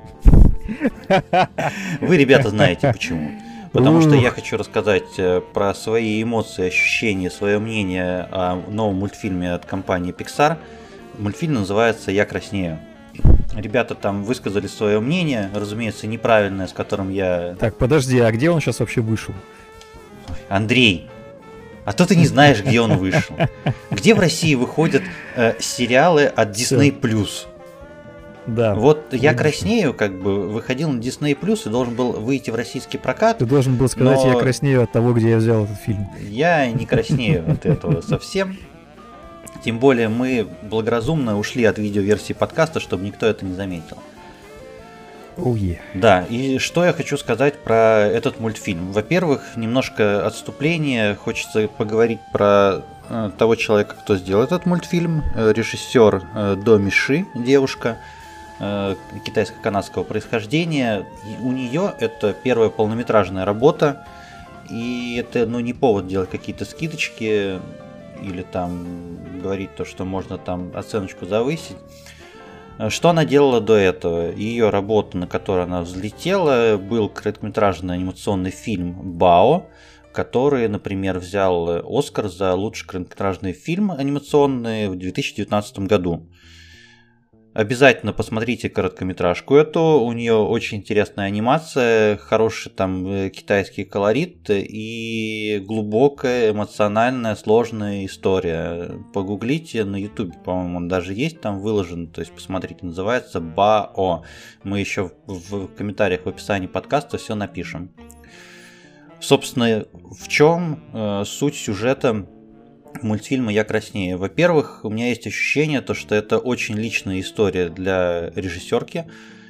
Вы, ребята, знаете почему. Потому что я хочу рассказать про свои эмоции, ощущения, свое мнение о новом мультфильме от компании Pixar. Мультфильм называется «Я краснею». Ребята там высказали свое мнение, разумеется, неправильное, с которым я... Так, подожди, а где он сейчас вообще вышел? Андрей, а то ты не знаешь, где он вышел. Где в России выходят сериалы от Disney+. Да. Вот «Я краснею» как бы выходил на Disney+, и должен был выйти в российский прокат. Ты должен был сказать, я краснею от того, где я взял этот фильм. Я не краснею от этого совсем. Тем более мы благоразумно ушли от видеоверсии подкаста, чтобы никто это не заметил. Oh yeah. Да, и что я хочу сказать про этот мультфильм. Во-первых, немножко отступление. Хочется поговорить про того человека, кто сделал этот мультфильм. Режиссер До Миши, девушка китайско-канадского происхождения. И у нее это первая полнометражная работа. И это не повод делать какие-то скидочки или там говорить то, что можно там оценочку завысить. Что она делала до этого? Ее работа, на которой она взлетела, был короткометражный анимационный фильм «Бао», который, например, взял Оскар за лучший короткометражный фильм анимационный в 2019 году. Обязательно посмотрите короткометражку эту, у нее очень интересная анимация, хороший там китайский колорит и глубокая, эмоциональная, сложная история. Погуглите, на ютубе, по-моему, он даже есть там выложен, то есть посмотрите, называется «Бао». Мы еще в комментариях в описании подкаста все напишем. Собственно, в чем суть сюжета мультфильма «Я краснею»? Во-первых, у меня есть ощущение, что это очень личная история для режиссерки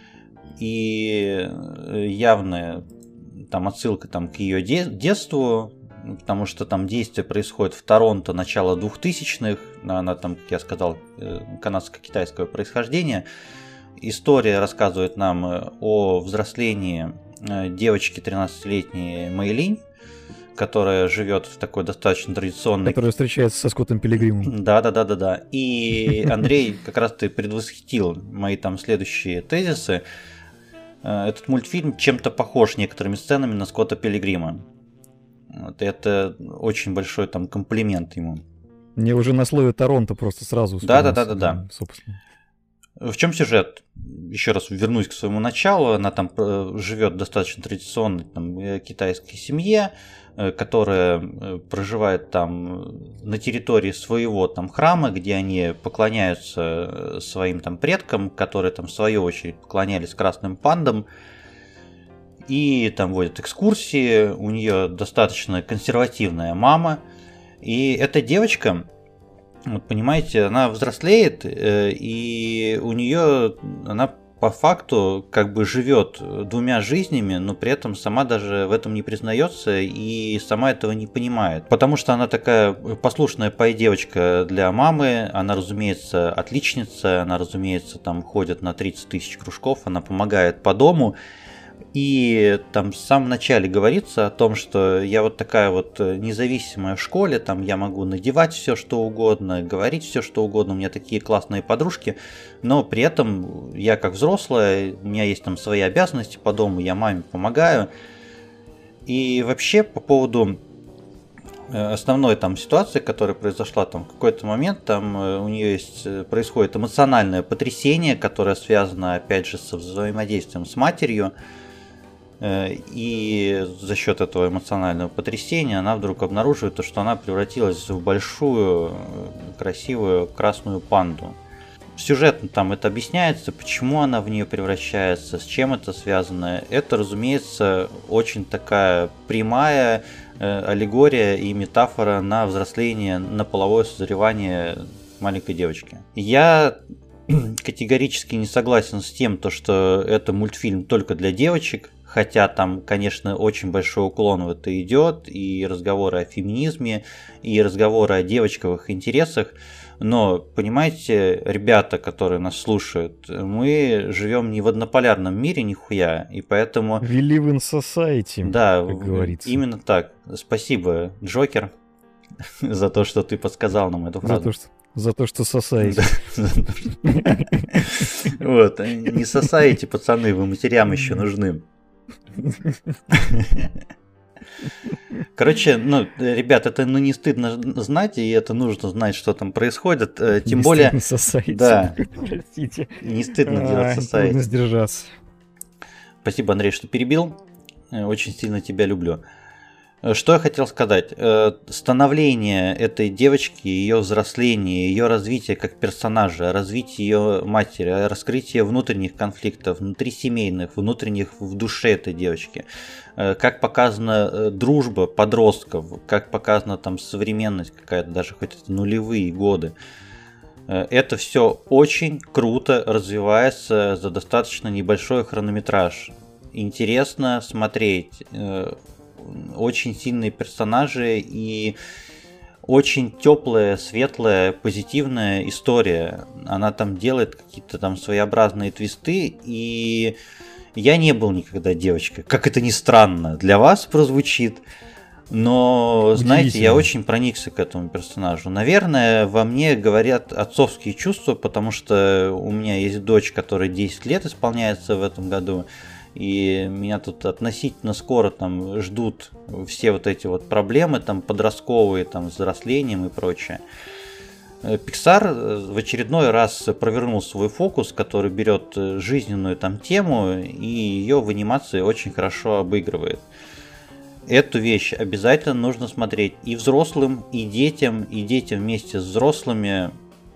и явная там отсылка там к ее детству, потому что там действие происходит в Торонто начала 2000-х, она там, как я сказал, канадско-китайского происхождения. История рассказывает нам о взрослении девочки 13-летней Мэйлинь, которая живет в такой достаточно традиционной... Которая встречается со Скоттом Пилигримом. Да. И Андрей, как раз ты предвосхитил мои там следующие тезисы. Этот мультфильм чем-то похож некоторыми сценами на Скотта Пилигрима. Это очень большой там комплимент ему. Мне уже на слове Торонто просто сразу... Да. Собственно. В чем сюжет? Еще раз вернусь к своему началу. Она там живет в достаточно традиционной там, китайской семье, которая проживает там на территории своего там храма, где они поклоняются своим там предкам, которые там в свою очередь поклонялись красным пандам. И там водят экскурсии. У нее достаточно консервативная мама. И эта девочка... Вот понимаете, она взрослеет, и у нее она по факту как бы живет двумя жизнями, но при этом сама даже в этом не признается и сама этого не понимает. Потому что она такая послушная пай-девочка для мамы, она, разумеется, отличница, она, разумеется, там ходит на 30 тысяч кружков, она помогает по дому. И там в самом начале говорится о том, что я вот такая вот независимая в школе, там я могу надевать все что угодно, говорить все что угодно, у меня такие классные подружки, но при этом я как взрослая, у меня есть там свои обязанности по дому, я маме помогаю. И вообще по поводу основной там ситуации, которая произошла, там в какой-то момент там у нее происходит эмоциональное потрясение, которое связано опять же со взаимодействием с матерью. И за счет этого эмоционального потрясения она вдруг обнаруживает то, что она превратилась в большую, красивую красную панду. Сюжетно там это объясняется, почему она в нее превращается, с чем это связано. Это, разумеется, очень такая прямая аллегория и метафора на взросление, на половое созревание маленькой девочки. Я категорически не согласен с тем, что это мультфильм только для девочек. Хотя там, конечно, очень большой уклон в это идет, и разговоры о феминизме, и разговоры о девочковых интересах. Но, понимаете, ребята, которые нас слушают, мы живем не в однополярном мире нихуя, и поэтому... We live in society, да, как говорится. Именно так. Спасибо, Джокер, за то, что ты подсказал нам эту фразу. За то, что society. Вот, не society, пацаны, вы матерям еще нужны. Короче, ребят, это не стыдно знать, и это нужно знать, что там происходит. Тем не более... Да, простите. Не стыдно делать society. Трудно сдержаться. Спасибо, Андрей, что перебил. Очень сильно тебя люблю. Что я хотел сказать? Становление этой девочки, ее взросление, ее развитие как персонажа, развитие ее матери, раскрытие внутренних конфликтов, внутрисемейных, внутренних в душе этой девочки. Как показана дружба подростков, как показана там современность какая-то, даже хоть это нулевые годы. Это все очень круто развивается за достаточно небольшой хронометраж. Интересно смотреть. Очень сильные персонажи и очень теплая, светлая, позитивная история. Она там делает какие-то там своеобразные твисты, и я не был никогда девочкой. Как это ни странно для вас прозвучит, но, знаете, я очень проникся к этому персонажу. Наверное, во мне говорят отцовские чувства, потому что у меня есть дочь, которой 10 лет исполняется в этом году. И меня тут относительно скоро там ждут все вот эти вот проблемы там подростковые, там взрослением и прочее. Pixar в очередной раз провернул свой фокус, который берет жизненную там тему и ее в анимации очень хорошо обыгрывает. Эту вещь обязательно нужно смотреть и взрослым, и детям вместе с взрослыми,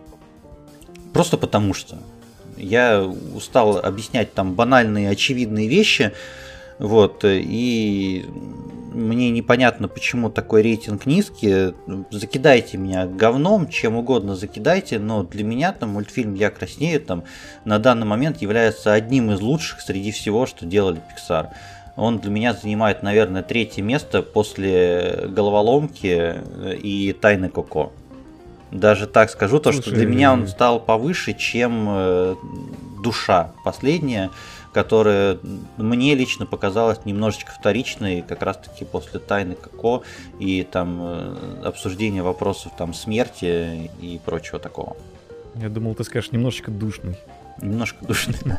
просто потому что. Я устал объяснять там банальные, очевидные вещи, вот, и мне непонятно, почему такой рейтинг низкий. Закидайте меня говном, чем угодно закидайте, но для меня там мультфильм «Я краснею» там на данный момент является одним из лучших среди всего, что делали Pixar. Он для меня занимает, наверное, 3-е место после «Головоломки» и «Тайны Коко». Даже так скажу, то, что для меня он стал повыше, чем «Душа» последняя, которая мне лично показалась немножечко вторичной, как раз-таки после «Тайны Коко» и там обсуждения вопросов там смерти и прочего такого. Я думал, ты скажешь немножечко душный. Немножко душный, да.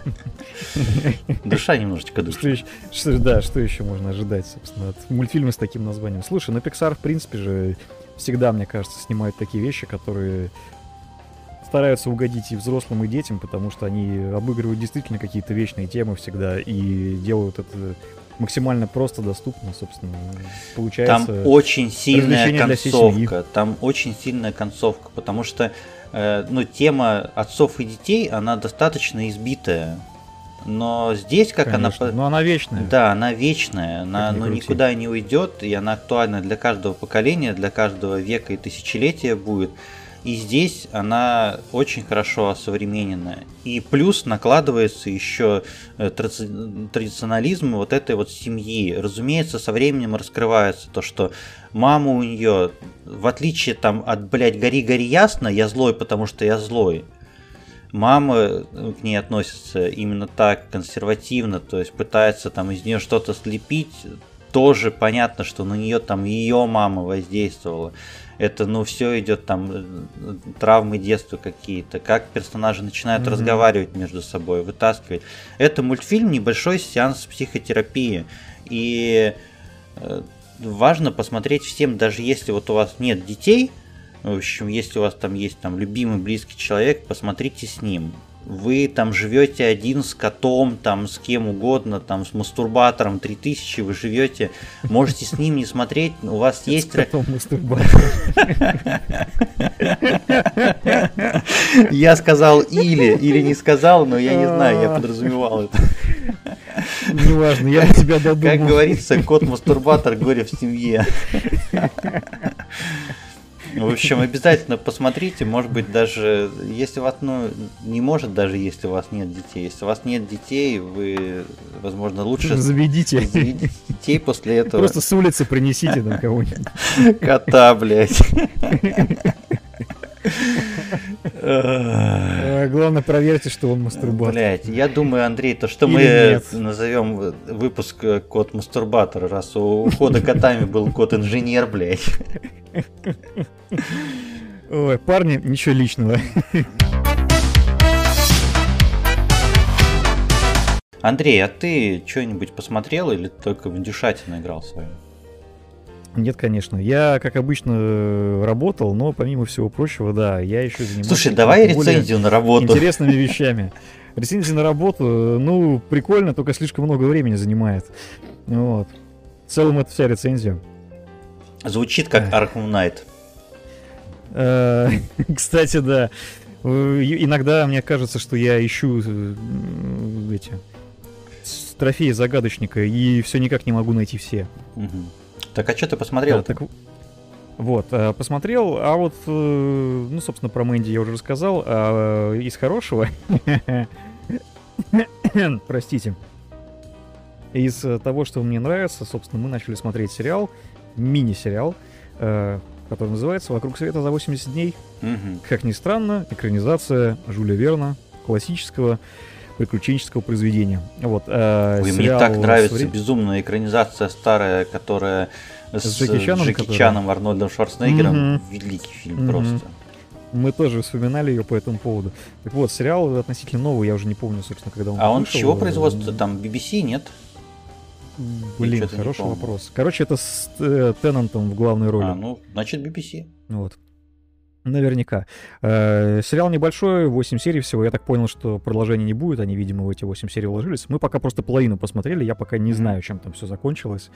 Душа немножечко душная. Что еще можно ожидать, собственно, от мультфильма с таким названием? Слушай, ну Pixar, в принципе же, всегда, мне кажется, снимают такие вещи, которые стараются угодить и взрослым, и детям, потому что они обыгрывают действительно какие-то вечные темы всегда и делают это максимально просто, доступно, собственно, получается. Там очень сильная концовка, потому что тема отцов и детей, она достаточно избитая. Но здесь как Конечно, она... Но она вечная. Да, она вечная, она никуда не уйдет, и она актуальна для каждого поколения, для каждого века и тысячелетия будет. И здесь она очень хорошо осовременена. И плюс накладывается еще традиционализм вот этой вот семьи. Разумеется, со временем раскрывается то, что мама у нее, в отличие там от, гори-гори ясно, я злой, потому что я злой. Мама к ней относится именно так, консервативно, то есть пытается там из нее что-то слепить. Тоже понятно, что на нее там ее мама воздействовала. Это, все идет там, травмы детства какие-то, как персонажи начинают разговаривать между собой, вытаскивать. Это мультфильм, небольшой сеанс психотерапии. И важно посмотреть всем, даже если вот у вас нет детей, в общем, если у вас там есть там любимый, близкий человек, посмотрите с ним. Вы там живете один с котом, там с кем угодно, там с мастурбатором 3000, вы живете, можете с ним не смотреть, у вас есть... С котом мастурбатором. Я сказал или не сказал, но я не знаю, я подразумевал это. Неважно, я на тебя додумал. Как говорится, кот-мастурбатор, горе в семье. В общем, обязательно посмотрите, может быть, даже если у вас, не может, даже если у вас нет детей. Если у вас нет детей, вы, возможно, лучше заведите детей после этого. Просто с улицы принесите там кого-нибудь. Кота, блядь. Главное, проверьте, что он мастурбатор. Блять, я думаю, Андрей, то, что мы назовем выпуск кот-мастурбатор, раз у ухода котами был кот-инженер, блять. Ой, парни, ничего личного. Андрей, а ты что-нибудь посмотрел или только в индюшатину играл свою? Нет, конечно. Я, как обычно, работал, но помимо всего прочего, да, я еще занимался... Слушай, давай рецензию на работу. Интересными вещами. Рецензия на работу, прикольно, только слишком много времени занимает. Вот. В целом, это вся рецензия. Звучит как Arkham Knight. Кстати, да. Иногда мне кажется, что я ищу эти трофеи загадочника и все никак не могу найти все. Так, а что ты посмотрел? Вот, посмотрел, а вот, собственно, про Мэнди я уже рассказал, а из хорошего, простите, из того, что мне нравится, собственно, мы начали смотреть сериал, мини-сериал, который называется «Вокруг света за 80 дней». Как ни странно, экранизация Жюля Верна, классического приключенческого произведения. Вот, мне так нравится безумная экранизация старая, которая с Джеки Чаном, Арнольдом Шварценеггером. Великий фильм просто. Мы тоже вспоминали ее по этому поводу. Так вот, сериал относительно новый, я уже не помню, собственно, когда он вышел. А он с чего производства? Там BBC, нет? Блин, хороший вопрос. Короче, это с Теннантом в главной роли. Значит BBC. Вот. Наверняка. Сериал небольшой, 8 серий всего. Я так понял, что продолжения не будет. Они, видимо, в эти 8 серий вложились. Мы пока просто половину посмотрели. Я пока не знаю, чем там все закончилось.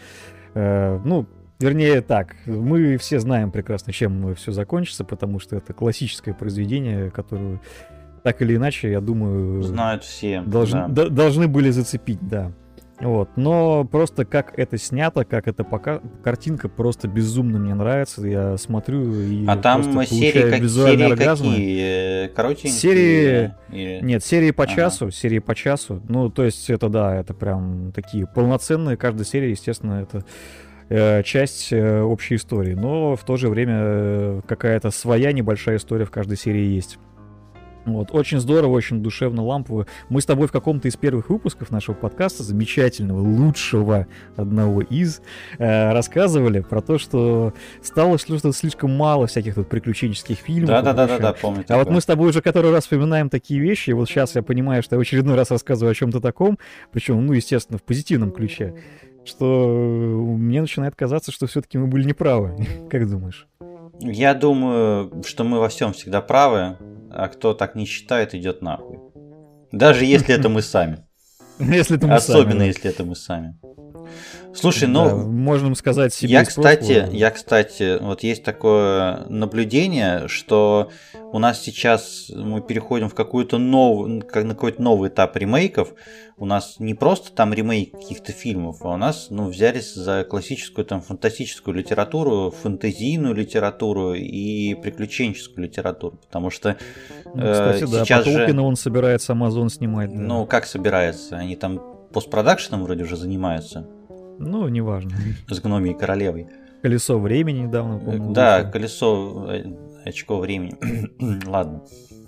Вернее, так. Мы все знаем прекрасно, чем все закончится, потому что это классическое произведение, которое так или иначе, я думаю... Знают все. Должны были зацепить, да. Вот, но просто как это снято, как это картинка просто безумно мне нравится. Я смотрю и там серии визуальные оргазмы. Какие? Коротенькие? Серии... Нет, серии по часу, серии по часу. То есть это, да, это прям такие полноценные. Каждая серия, естественно, это часть общей истории. Но в то же время какая-то своя небольшая история в каждой серии есть. Вот, очень здорово, очень душевно, лампово. Мы с тобой в каком-то из первых выпусков нашего подкаста, замечательного, лучшего одного из, рассказывали про то, что стало что-то слишком мало всяких тут приключенческих фильмов. Да, помню. А вот мы с тобой уже который раз вспоминаем такие вещи, и вот сейчас я понимаю, что я в очередной раз рассказываю о чем-то таком, причем, естественно, в позитивном ключе, что мне начинает казаться, что все-таки мы были неправы. Как думаешь? Я думаю, что мы во всем всегда правы, а кто так не считает, идет нахуй. Даже если это мы сами. Особенно если это мы сами. Слушай, можем сказать себе. Я, кстати, вот есть такое наблюдение, что у нас сейчас мы переходим в на какой-то новый этап ремейков. У нас не просто там ремейк каких-то фильмов, а у нас, взялись за классическую там фантастическую литературу, фэнтезийную литературу и приключенческую литературу, потому что кстати, сейчас по Толкину он собирается Amazon снимать. Да. Как собирается? Они там постпродакшеном вроде уже занимаются. Неважно. С Гномией Королевой. Колесо времени недавно, по-моему. Да, колесо очко времени. Ладно.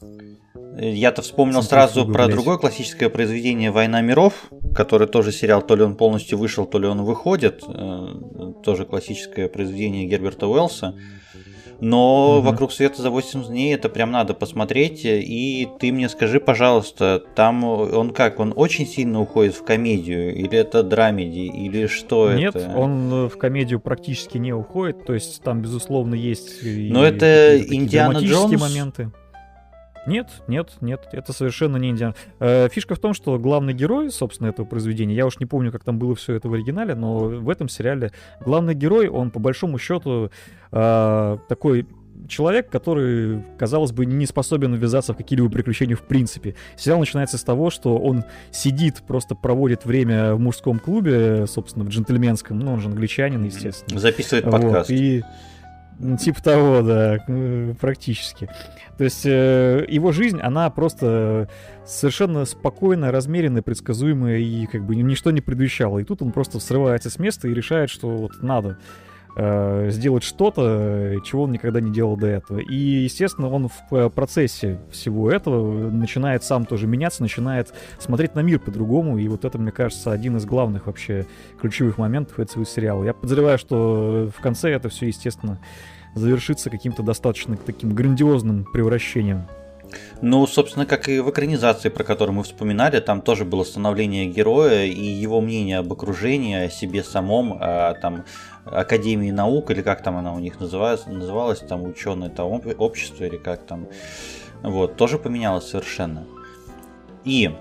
Я-то вспомнил сразу про другое классическое произведение «Война миров», который тоже сериал, то ли он полностью вышел, то ли он выходит. Тоже классическое произведение Герберта Уэллса. Но «Вокруг света за 80 дней» это прям надо посмотреть. И ты мне скажи, пожалуйста, там он как? Он очень сильно уходит в комедию? Или это драмеди? Или что Нет, это? он в комедию практически не уходит. То есть там, безусловно, есть Но это Индиана Джонс? моменты. Нет, это совершенно не Индиана. Фишка в том, что главный герой, собственно, этого произведения, я уж не помню, как там было все это в оригинале, но в этом сериале главный герой, он по большому счету такой человек, который, казалось бы, не способен ввязаться в какие-либо приключения в принципе. Сериал начинается с того, что он сидит, просто проводит время в мужском клубе, собственно, в джентльменском, ну, он же англичанин, естественно. Записывает подкаст. Вот, и типа того, да, практически. То есть его жизнь, она просто совершенно спокойная, размеренная, предсказуемая, и как бы ничто не предвещало. И тут он просто срывается с места и решает, что вот надо сделать что-то, чего он никогда не делал до этого. И, естественно, он в процессе всего этого начинает сам тоже меняться, начинает смотреть на мир по-другому, и вот это, мне кажется, один из главных вообще ключевых моментов этого сериала. Я подозреваю, что в конце это все, естественно, завершится каким-то достаточно таким грандиозным превращением. Ну, собственно, как и в экранизации, про которую мы вспоминали, там тоже было становление героя и его мнение об окружении, о себе самом, о там, Академии наук, или как там она у них называлась, там ученое там, общество, или как там. Вот, тоже поменялось совершенно. И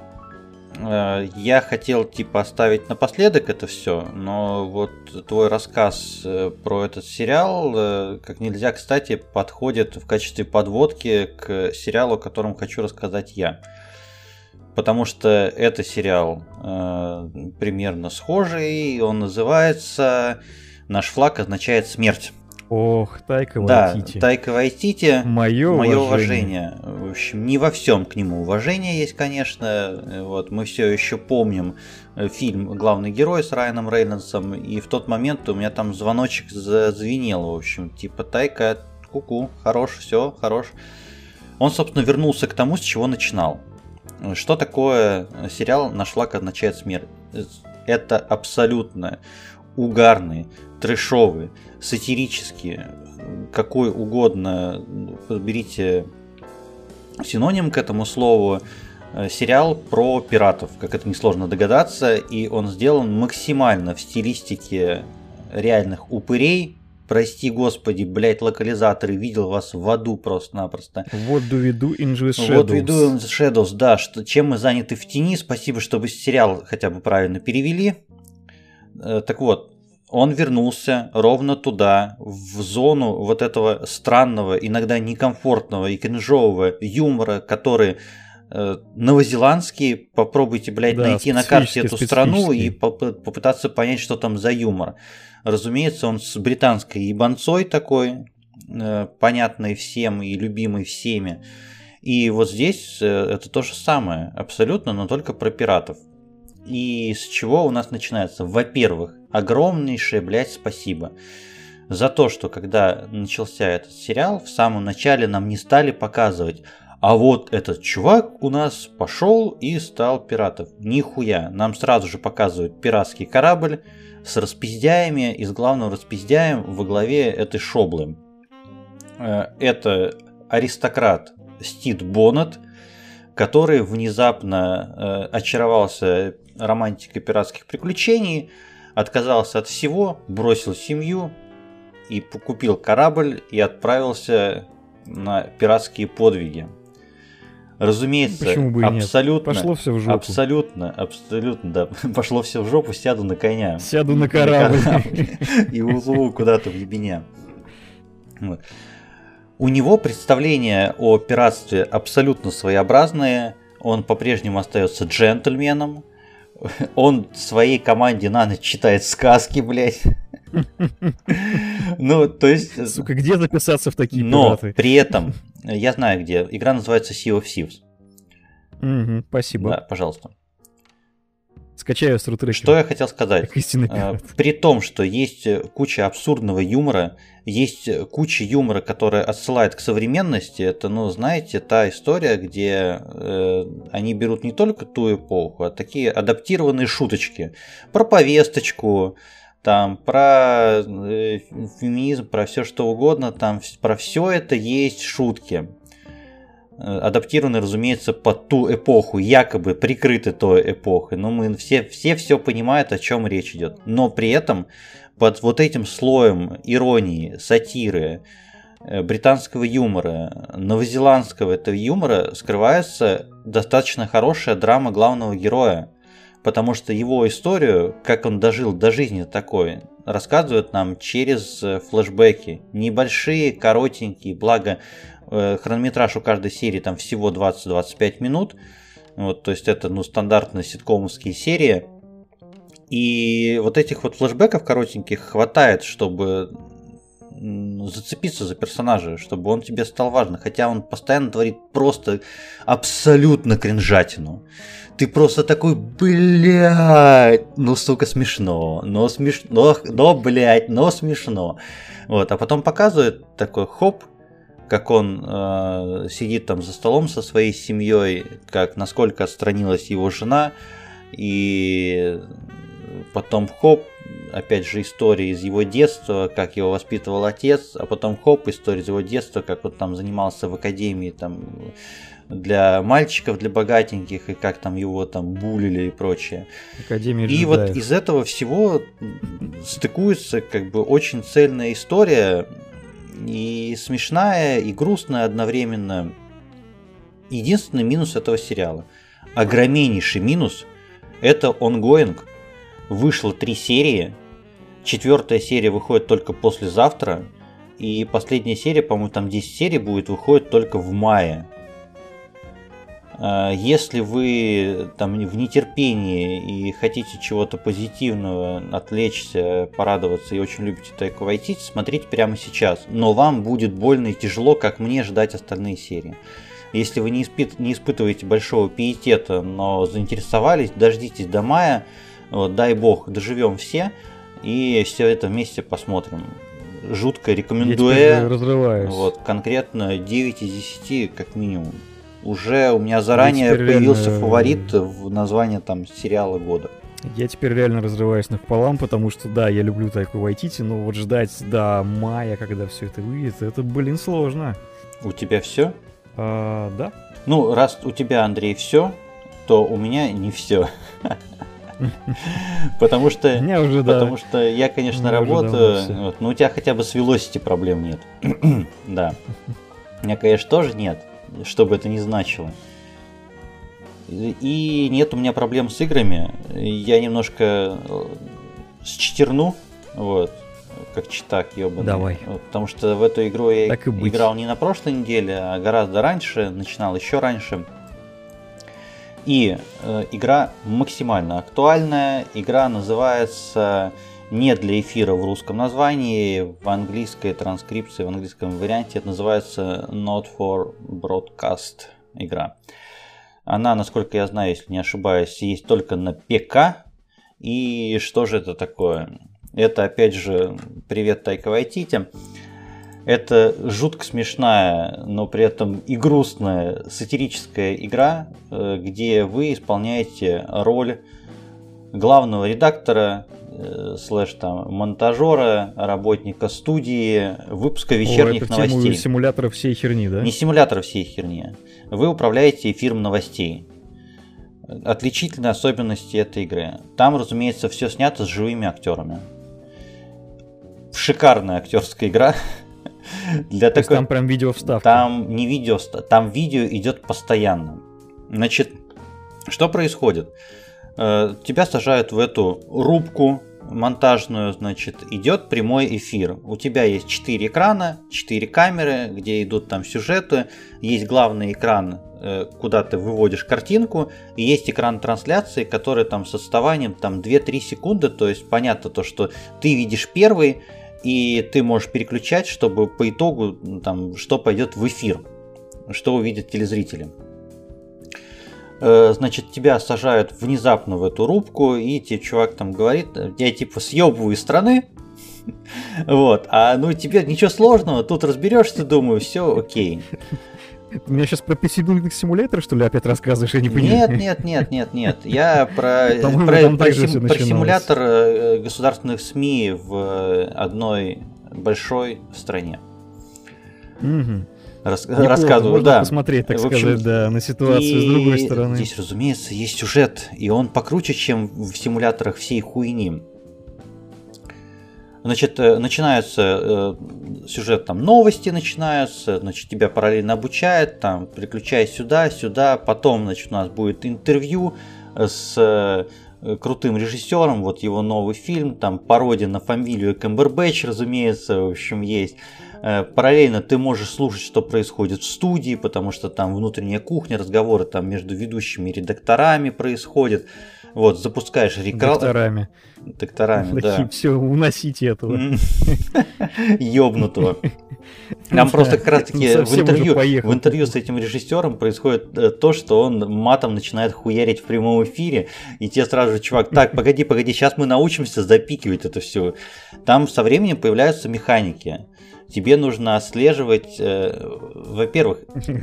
я хотел типа оставить напоследок это все, но вот твой рассказ про этот сериал как нельзя кстати подходит в качестве подводки к сериалу, о котором хочу рассказать я. Потому что это сериал примерно схожий, он называется «Наш флаг означает смерть». Ох, Тайка Вайтити. Да, Тайка Вайтити. Мое уважение. В общем, не во всем к нему уважение есть, конечно. Вот, мы все еще помним фильм «Главный герой» с Райаном Рейнольдсом, и в тот момент у меня там звоночек зазвенел, в общем, типа Тайка, ку-ку, хорош, все, хорош. Он, собственно, вернулся к тому, с чего начинал. Что такое сериал «Наш флаг означает смерть»? Это абсолютно угарный, трэшовый, сатирический, какой угодно, подберите синоним к этому слову, сериал про пиратов, как это несложно догадаться, и он сделан максимально в стилистике реальных упырей. Прости господи, блять, локализаторы, видел вас в аду просто-напросто. What do we do in the shadows? What we do in the shadows, да, чем мы заняты в тени, спасибо, чтобы сериал хотя бы правильно перевели. Так вот, он вернулся ровно туда, в зону вот этого странного, иногда некомфортного и кринжового юмора, который новозеландский. Попробуйте, блядь, найти на карте эту страну и попытаться понять, что там за юмор. Разумеется, он с британской ебанцой такой, понятной всем и любимой всеми. И вот здесь это то же самое, абсолютно, но только про пиратов. И с чего у нас начинается? Во-первых, огромнейшее, блядь, спасибо за то, что когда начался этот сериал, в самом начале нам не стали показывать, а вот этот чувак у нас пошел и стал пиратом. Нихуя. Нам сразу же показывают пиратский корабль с распиздяями, и с главным распиздяем во главе этой шоблы. Это аристократ Стид Боннет, который внезапно очаровался романтикой пиратских приключений, отказался от всего, бросил семью и купил корабль и отправился на пиратские подвиги. Разумеется, абсолютно, пошло все в жопу. Абсолютно, да. Пошло все в жопу, сяду на коня. Сяду на корабль. И уплыву куда-то в ебеня. Вот. У него представления о пиратстве абсолютно своеобразные. Он по-прежнему остается джентльменом. Он своей команде на ночь читает сказки, блядь. Ну, то есть... Сука, где записаться в такие пираты? Но при этом, я знаю где, игра называется Sea of Thieves. Спасибо. Да, пожалуйста. Скачаю с рутрекера. Что я хотел сказать? При том, что есть куча абсурдного юмора, есть куча юмора, которая отсылает к современности. Это, ну, знаете, та история, где они берут не только ту эпоху, а такие адаптированные шуточки про повесточку, там про феминизм, про все что угодно, там про все это есть шутки. Адаптированы, разумеется, под ту эпоху, якобы прикрыты той эпохой. Но мы все понимают, о чем речь идет. Но при этом под вот этим слоем иронии, сатиры, британского юмора, новозеландского этого юмора скрывается достаточно хорошая драма главного героя. Потому что его историю, как он дожил до жизни такой, рассказывают нам через флешбеки. Небольшие, коротенькие, благо хронометраж у каждой серии там всего 20-25 минут. Вот, то есть это стандартные ситкомовские серии. И вот этих вот флешбеков коротеньких хватает, чтобы зацепиться за персонажа, чтобы он тебе стал важен. Хотя он постоянно творит просто абсолютно кринжатину. Ты просто такой, блядь, сука, смешно, блядь, смешно. Вот, а потом показывает такой хоп, как он сидит там за столом со своей семьей, как насколько отстранилась его жена, и потом хоп, опять же история из его детства, как его воспитывал отец, а потом хоп, история из его детства, как он там занимался в академии там для мальчиков, для богатеньких, и как там его там булили и прочее. Академия и джедаев. Вот из этого всего стыкуется как бы очень цельная история, и смешная, и грустная одновременно. Единственный минус этого сериала, огромнейший минус, это онгоинг. Вышло 3 серии, 4-я серия выходит только послезавтра, и последняя серия, по-моему, там 10 серий будет, выходит только в мае. Если вы там в нетерпении и хотите чего-то позитивного, отвлечься, порадоваться и очень любите Тайку Вайтити, смотрите прямо сейчас. Но вам будет больно и тяжело, как мне, ждать остальные серии. Если вы не испытываете большого пиетета, но заинтересовались, дождитесь до мая. Вот, дай бог, доживем все и все это вместе посмотрим. Жутко рекомендую. Я разрываюсь. Вот, конкретно 9 из 10 как минимум. Уже у меня заранее появился фаворит в названии там сериала года. Я теперь реально разрываюсь напополам, потому что да, я люблю Тайку Вайтити, но вот ждать до мая, когда все это выйдет, это, сложно. У тебя все? Да. Ну, раз у тебя, Андрей, все, то у меня не все. Потому что я, конечно, работаю, но у тебя хотя бы с Velocity проблем нет. Да. У меня, конечно, тоже нет, что бы это ни значило. И нет у меня проблем с играми. Я немножко считерну, вот, как читак ебаный. Давай. Вот, потому что в эту игру я играл не на прошлой неделе, а гораздо раньше, начинал еще раньше. И игра максимально актуальная. Игра называется не для эфира в русском названии, в английской транскрипции, в английском варианте это называется Not for Broadcast игра. Она, насколько я знаю, если не ошибаюсь, есть только на ПК. И что же это такое? Это, опять же, привет Тайка Вайтити. Это жутко смешная, но при этом и грустная сатирическая игра, где вы исполняете роль главного редактора, слэш там монтажера, работника студии, выпуска вечерних новостей. Симулятора всей херни, да? Не симулятора всей херни. Вы управляете эфиром новостей. Отличительные особенности этой игры. Там, разумеется, все снято с живыми актерами. Шикарная актерская игра. То есть там прям видео вставка? Там не видео, там видео идет постоянно. Значит, что происходит? Тебя сажают в эту рубку монтажную, значит, идет прямой эфир. У тебя есть 4 экрана, 4 камеры, где идут там сюжеты. Есть главный экран, куда ты выводишь картинку, и есть экран трансляции, который там с отставанием там 2-3 секунды. То есть понятно то, что ты видишь первый, и ты можешь переключать, чтобы по итогу там, что пойдет в эфир, что увидят телезрители. Значит, тебя сажают внезапно в эту рубку, и тебе чувак там говорит, я типа съебываю из страны, вот, а ну тебе ничего сложного, тут разберешься, думаю, все окей. Ты мне сейчас про PC Building Simulator, что ли, опять рассказываешь? Я не понимаю. Нет. Я про симулятор государственных СМИ в одной большой стране. Рассказываю, да. Посмотреть, так сказать, на ситуацию с другой стороны. Здесь, разумеется, есть сюжет, и он покруче, чем в симуляторах всей хуйни. Значит, начинается сюжет, там новости начинаются, значит, тебя параллельно обучают, там, переключай сюда, потом, значит, у нас будет интервью с крутым режиссером, вот его новый фильм, там, пародия на фамилию Камбербэтч, разумеется, в общем, есть. Параллельно ты можешь слушать, что происходит в студии, потому что там внутренняя кухня, разговоры там между ведущими и редакторами происходят. Вот, запускаешь Докторами, да. Все, уносите этого. Ёбнутого. Там просто как раз таки в интервью с этим режиссером происходит то, что он матом начинает хуярить в прямом эфире, и тебе сразу же, чувак, так, погоди, сейчас мы научимся запикивать это все. Там со временем появляются механики. Тебе нужно отслеживать, во-первых,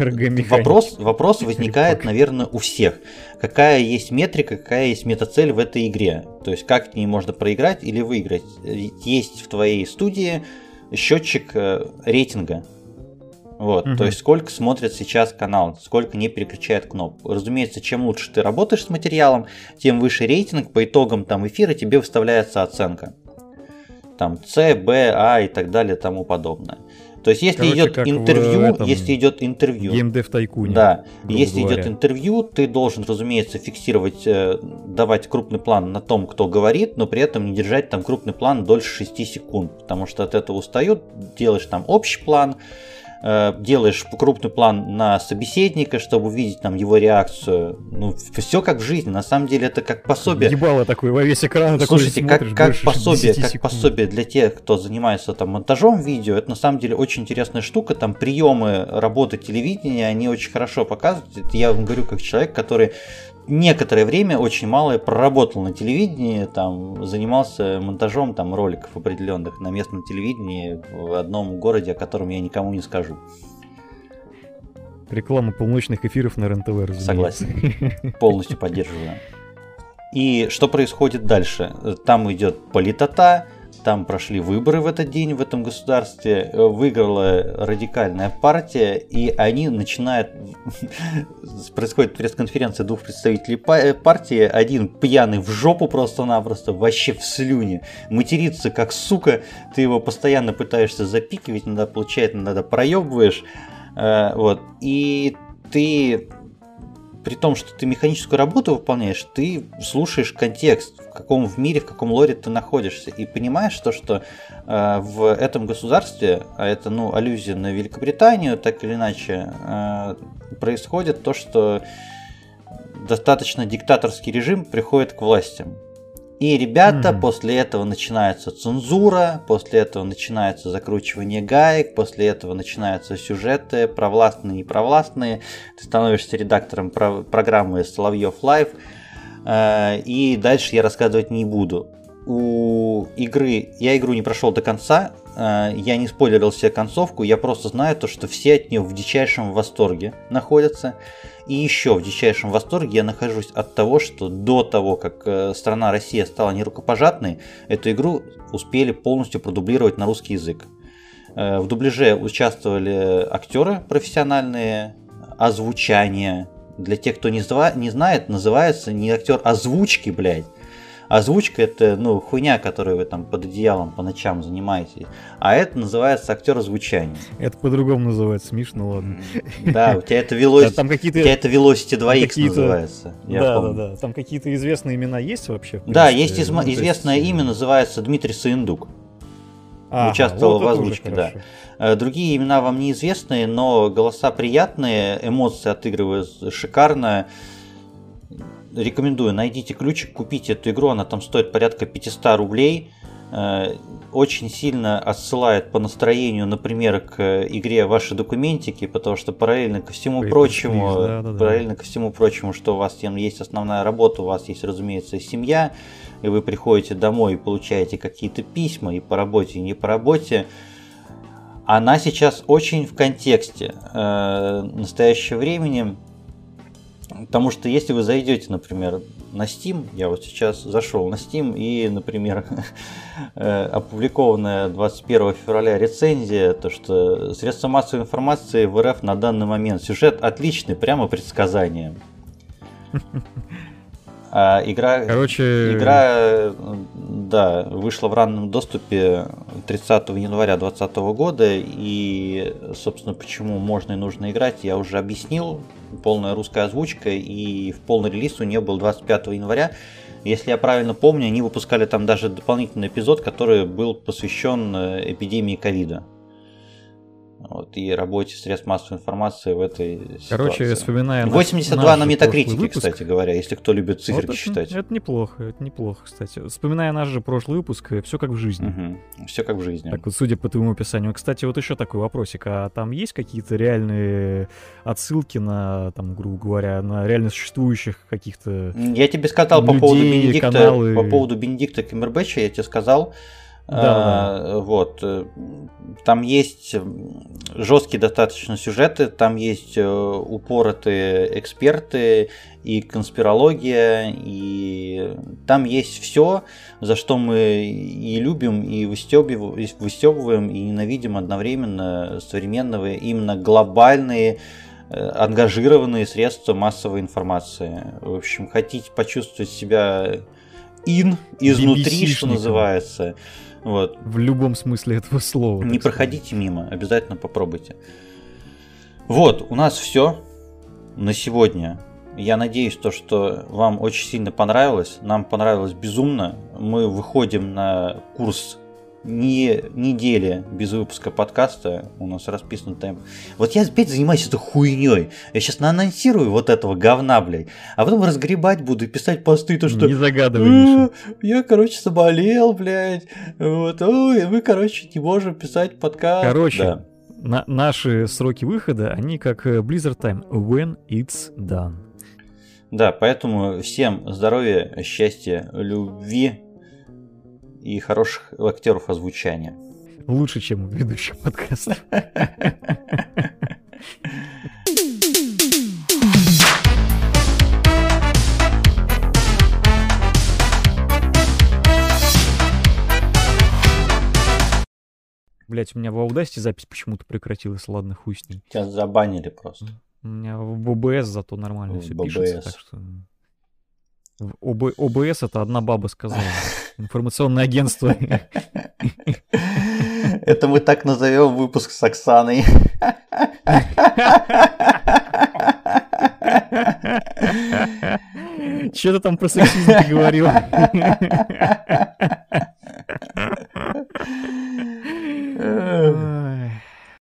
вопрос возникает, наверное, у всех. Какая есть метрика, какая есть метацель в этой игре? То есть, как к ней можно проиграть или выиграть? Есть в твоей студии счетчик рейтинга. Вот, то есть, сколько смотрит сейчас канал, сколько не переключает кнопку. Разумеется, чем лучше ты работаешь с материалом, тем выше рейтинг. По итогам там эфира тебе выставляется оценка. Там С, Б, А и так далее, тому подобное. То есть, если идет интервью, Геймдев Тайкуне. Да, если идет интервью, ты должен, разумеется, фиксировать, давать крупный план на том, кто говорит, но при этом не держать там крупный план дольше 6 секунд, потому что от этого устают, делаешь там общий план, делаешь крупный план на собеседника, чтобы увидеть там его реакцию. Ну, все как в жизни. На самом деле это как пособие. Ебало такое во весь экран. Слушайте, как пособие для тех, кто занимается там монтажом видео, это на самом деле очень интересная штука. Там приемы работы телевидения, они очень хорошо показывают. Это я вам говорю как человек, который некоторое время очень малое проработал на телевидении, там, занимался монтажом там, роликов определенных на местном телевидении в одном городе, о котором я никому не скажу. Реклама полночных эфиров на РЕН-ТВ, разумеется. Согласен, полностью поддерживаю. И что происходит дальше? Там идет политота, там прошли выборы в этот день в этом государстве, выиграла радикальная партия, и они начинают... Происходит пресс-конференция двух представителей партии, один пьяный в жопу просто-напросто, вообще в слюне, матерится как сука, ты его постоянно пытаешься запикивать, иногда получается, иногда проебываешь, вот, и ты... При том, что ты механическую работу выполняешь, ты слушаешь контекст, в каком мире, в каком лоре ты находишься, и понимаешь то, что в этом государстве, а это аллюзия на Великобританию, так или иначе, происходит то, что достаточно диктаторский режим приходит к власти. И, ребята, после этого начинается цензура, после этого начинается закручивание гаек, после этого начинаются сюжеты, провластные и непровластные. Ты становишься редактором программы Соловьев Лайв, и дальше я рассказывать не буду. Я игру не прошел до конца, я не спойлерил себе концовку, я просто знаю то, что все от нее в дичайшем восторге находятся. И еще в дичайшем восторге я нахожусь от того, что до того, как страна Россия стала нерукопожатной, эту игру успели полностью продублировать на русский язык. В дубляже участвовали актеры профессиональные, озвучание. Для тех, кто не знает, называется не актер озвучки, блядь. Озвучка — это, хуйня, которую вы там под одеялом по ночам занимаетесь. А это называется актер озвучания. Это по-другому называется, Миш, ну ладно. Да, у тебя это Velocity 2X называется. Да. Там какие-то известные имена есть вообще? Да, есть известное имя, называется Дмитрий Саендук. Участвовал в озвучке, да. Другие имена вам неизвестные, но голоса приятные, эмоции отыгрывают шикарно. Рекомендую, найдите ключик, купите эту игру, она там стоит порядка 500 рублей. Очень сильно отсылает по настроению, например, к игре ваши документики, потому что параллельно ко всему прочему, что у вас там есть основная работа, у вас есть, разумеется, и семья, и вы приходите домой и получаете какие-то письма и по работе, и не по работе. она сейчас очень в контексте настоящего времени, потому что если вы зайдете, например, на Steam, я вот сейчас зашел на Steam, и, например, опубликованная 21 февраля рецензия, то что средства массовой информации в РФ на данный момент сюжет отличный, прямо предсказание. Игра, да, вышла в раннем доступе 30 января 2020 года, и, собственно, почему можно и нужно играть, я уже объяснил. Полная русская озвучка, и в полный релиз у нее был 25 января. Если я правильно помню, они выпускали там даже дополнительный эпизод, который был посвящен эпидемии ковида. Вот, и работе средств массовой информации в этой ситуации. Короче, вспоминая 82 на метакритике, кстати говоря, если кто любит циферки вот считать. Это неплохо, кстати. Вспоминая наш же прошлый выпуск, все как в жизни. Все как в жизни. Так вот, судя по твоему описанию. Кстати, вот еще такой вопросик. А там есть какие-то реальные отсылки на, там, грубо говоря, на реально существующих каких-то Я тебе сказал людей, по поводу Бенедикта Камбербэтча, я тебе сказал. Да. Вот. Там есть жесткие достаточно сюжеты, там есть упоротые эксперты и конспирология, и там есть все, за что мы и любим, и выстебываем, и ненавидим одновременно современные, именно глобальные, ангажированные средства массовой информации. В общем, хотите почувствовать себя изнутри, что называется. Вот. В любом смысле этого слова. Не проходите мимо, обязательно попробуйте. Вот, у нас все на сегодня. Я надеюсь, что вам очень сильно понравилось. Нам понравилось безумно. Мы выходим на курс недели без выпуска подкаста. У нас расписан темп. Вот я опять занимаюсь этой хуйней. Я сейчас наанонсирую вот этого говна, блядь. А потом разгребать буду и писать посты, то что... Не загадывай, Миша. Я, короче, заболел, блядь. Вот. Ой, мы, короче, не можем писать подкаст. Короче, да. Наши сроки выхода, они как Blizzard Time. When it's done. Да, поэтому всем здоровья, счастья, любви и хороших актеров озвучания. Лучше, чем у ведущих подкастов. Блять, у меня в Audacity запись почему-то прекратилась, ладно, хуй с ней. Тебя забанили просто. У меня в OBS зато нормально все пишется, так что... ОБС это одна баба сказала. Информационное агентство. Это мы так назовем выпуск с Оксаной. Что ты там про сексизм говорил?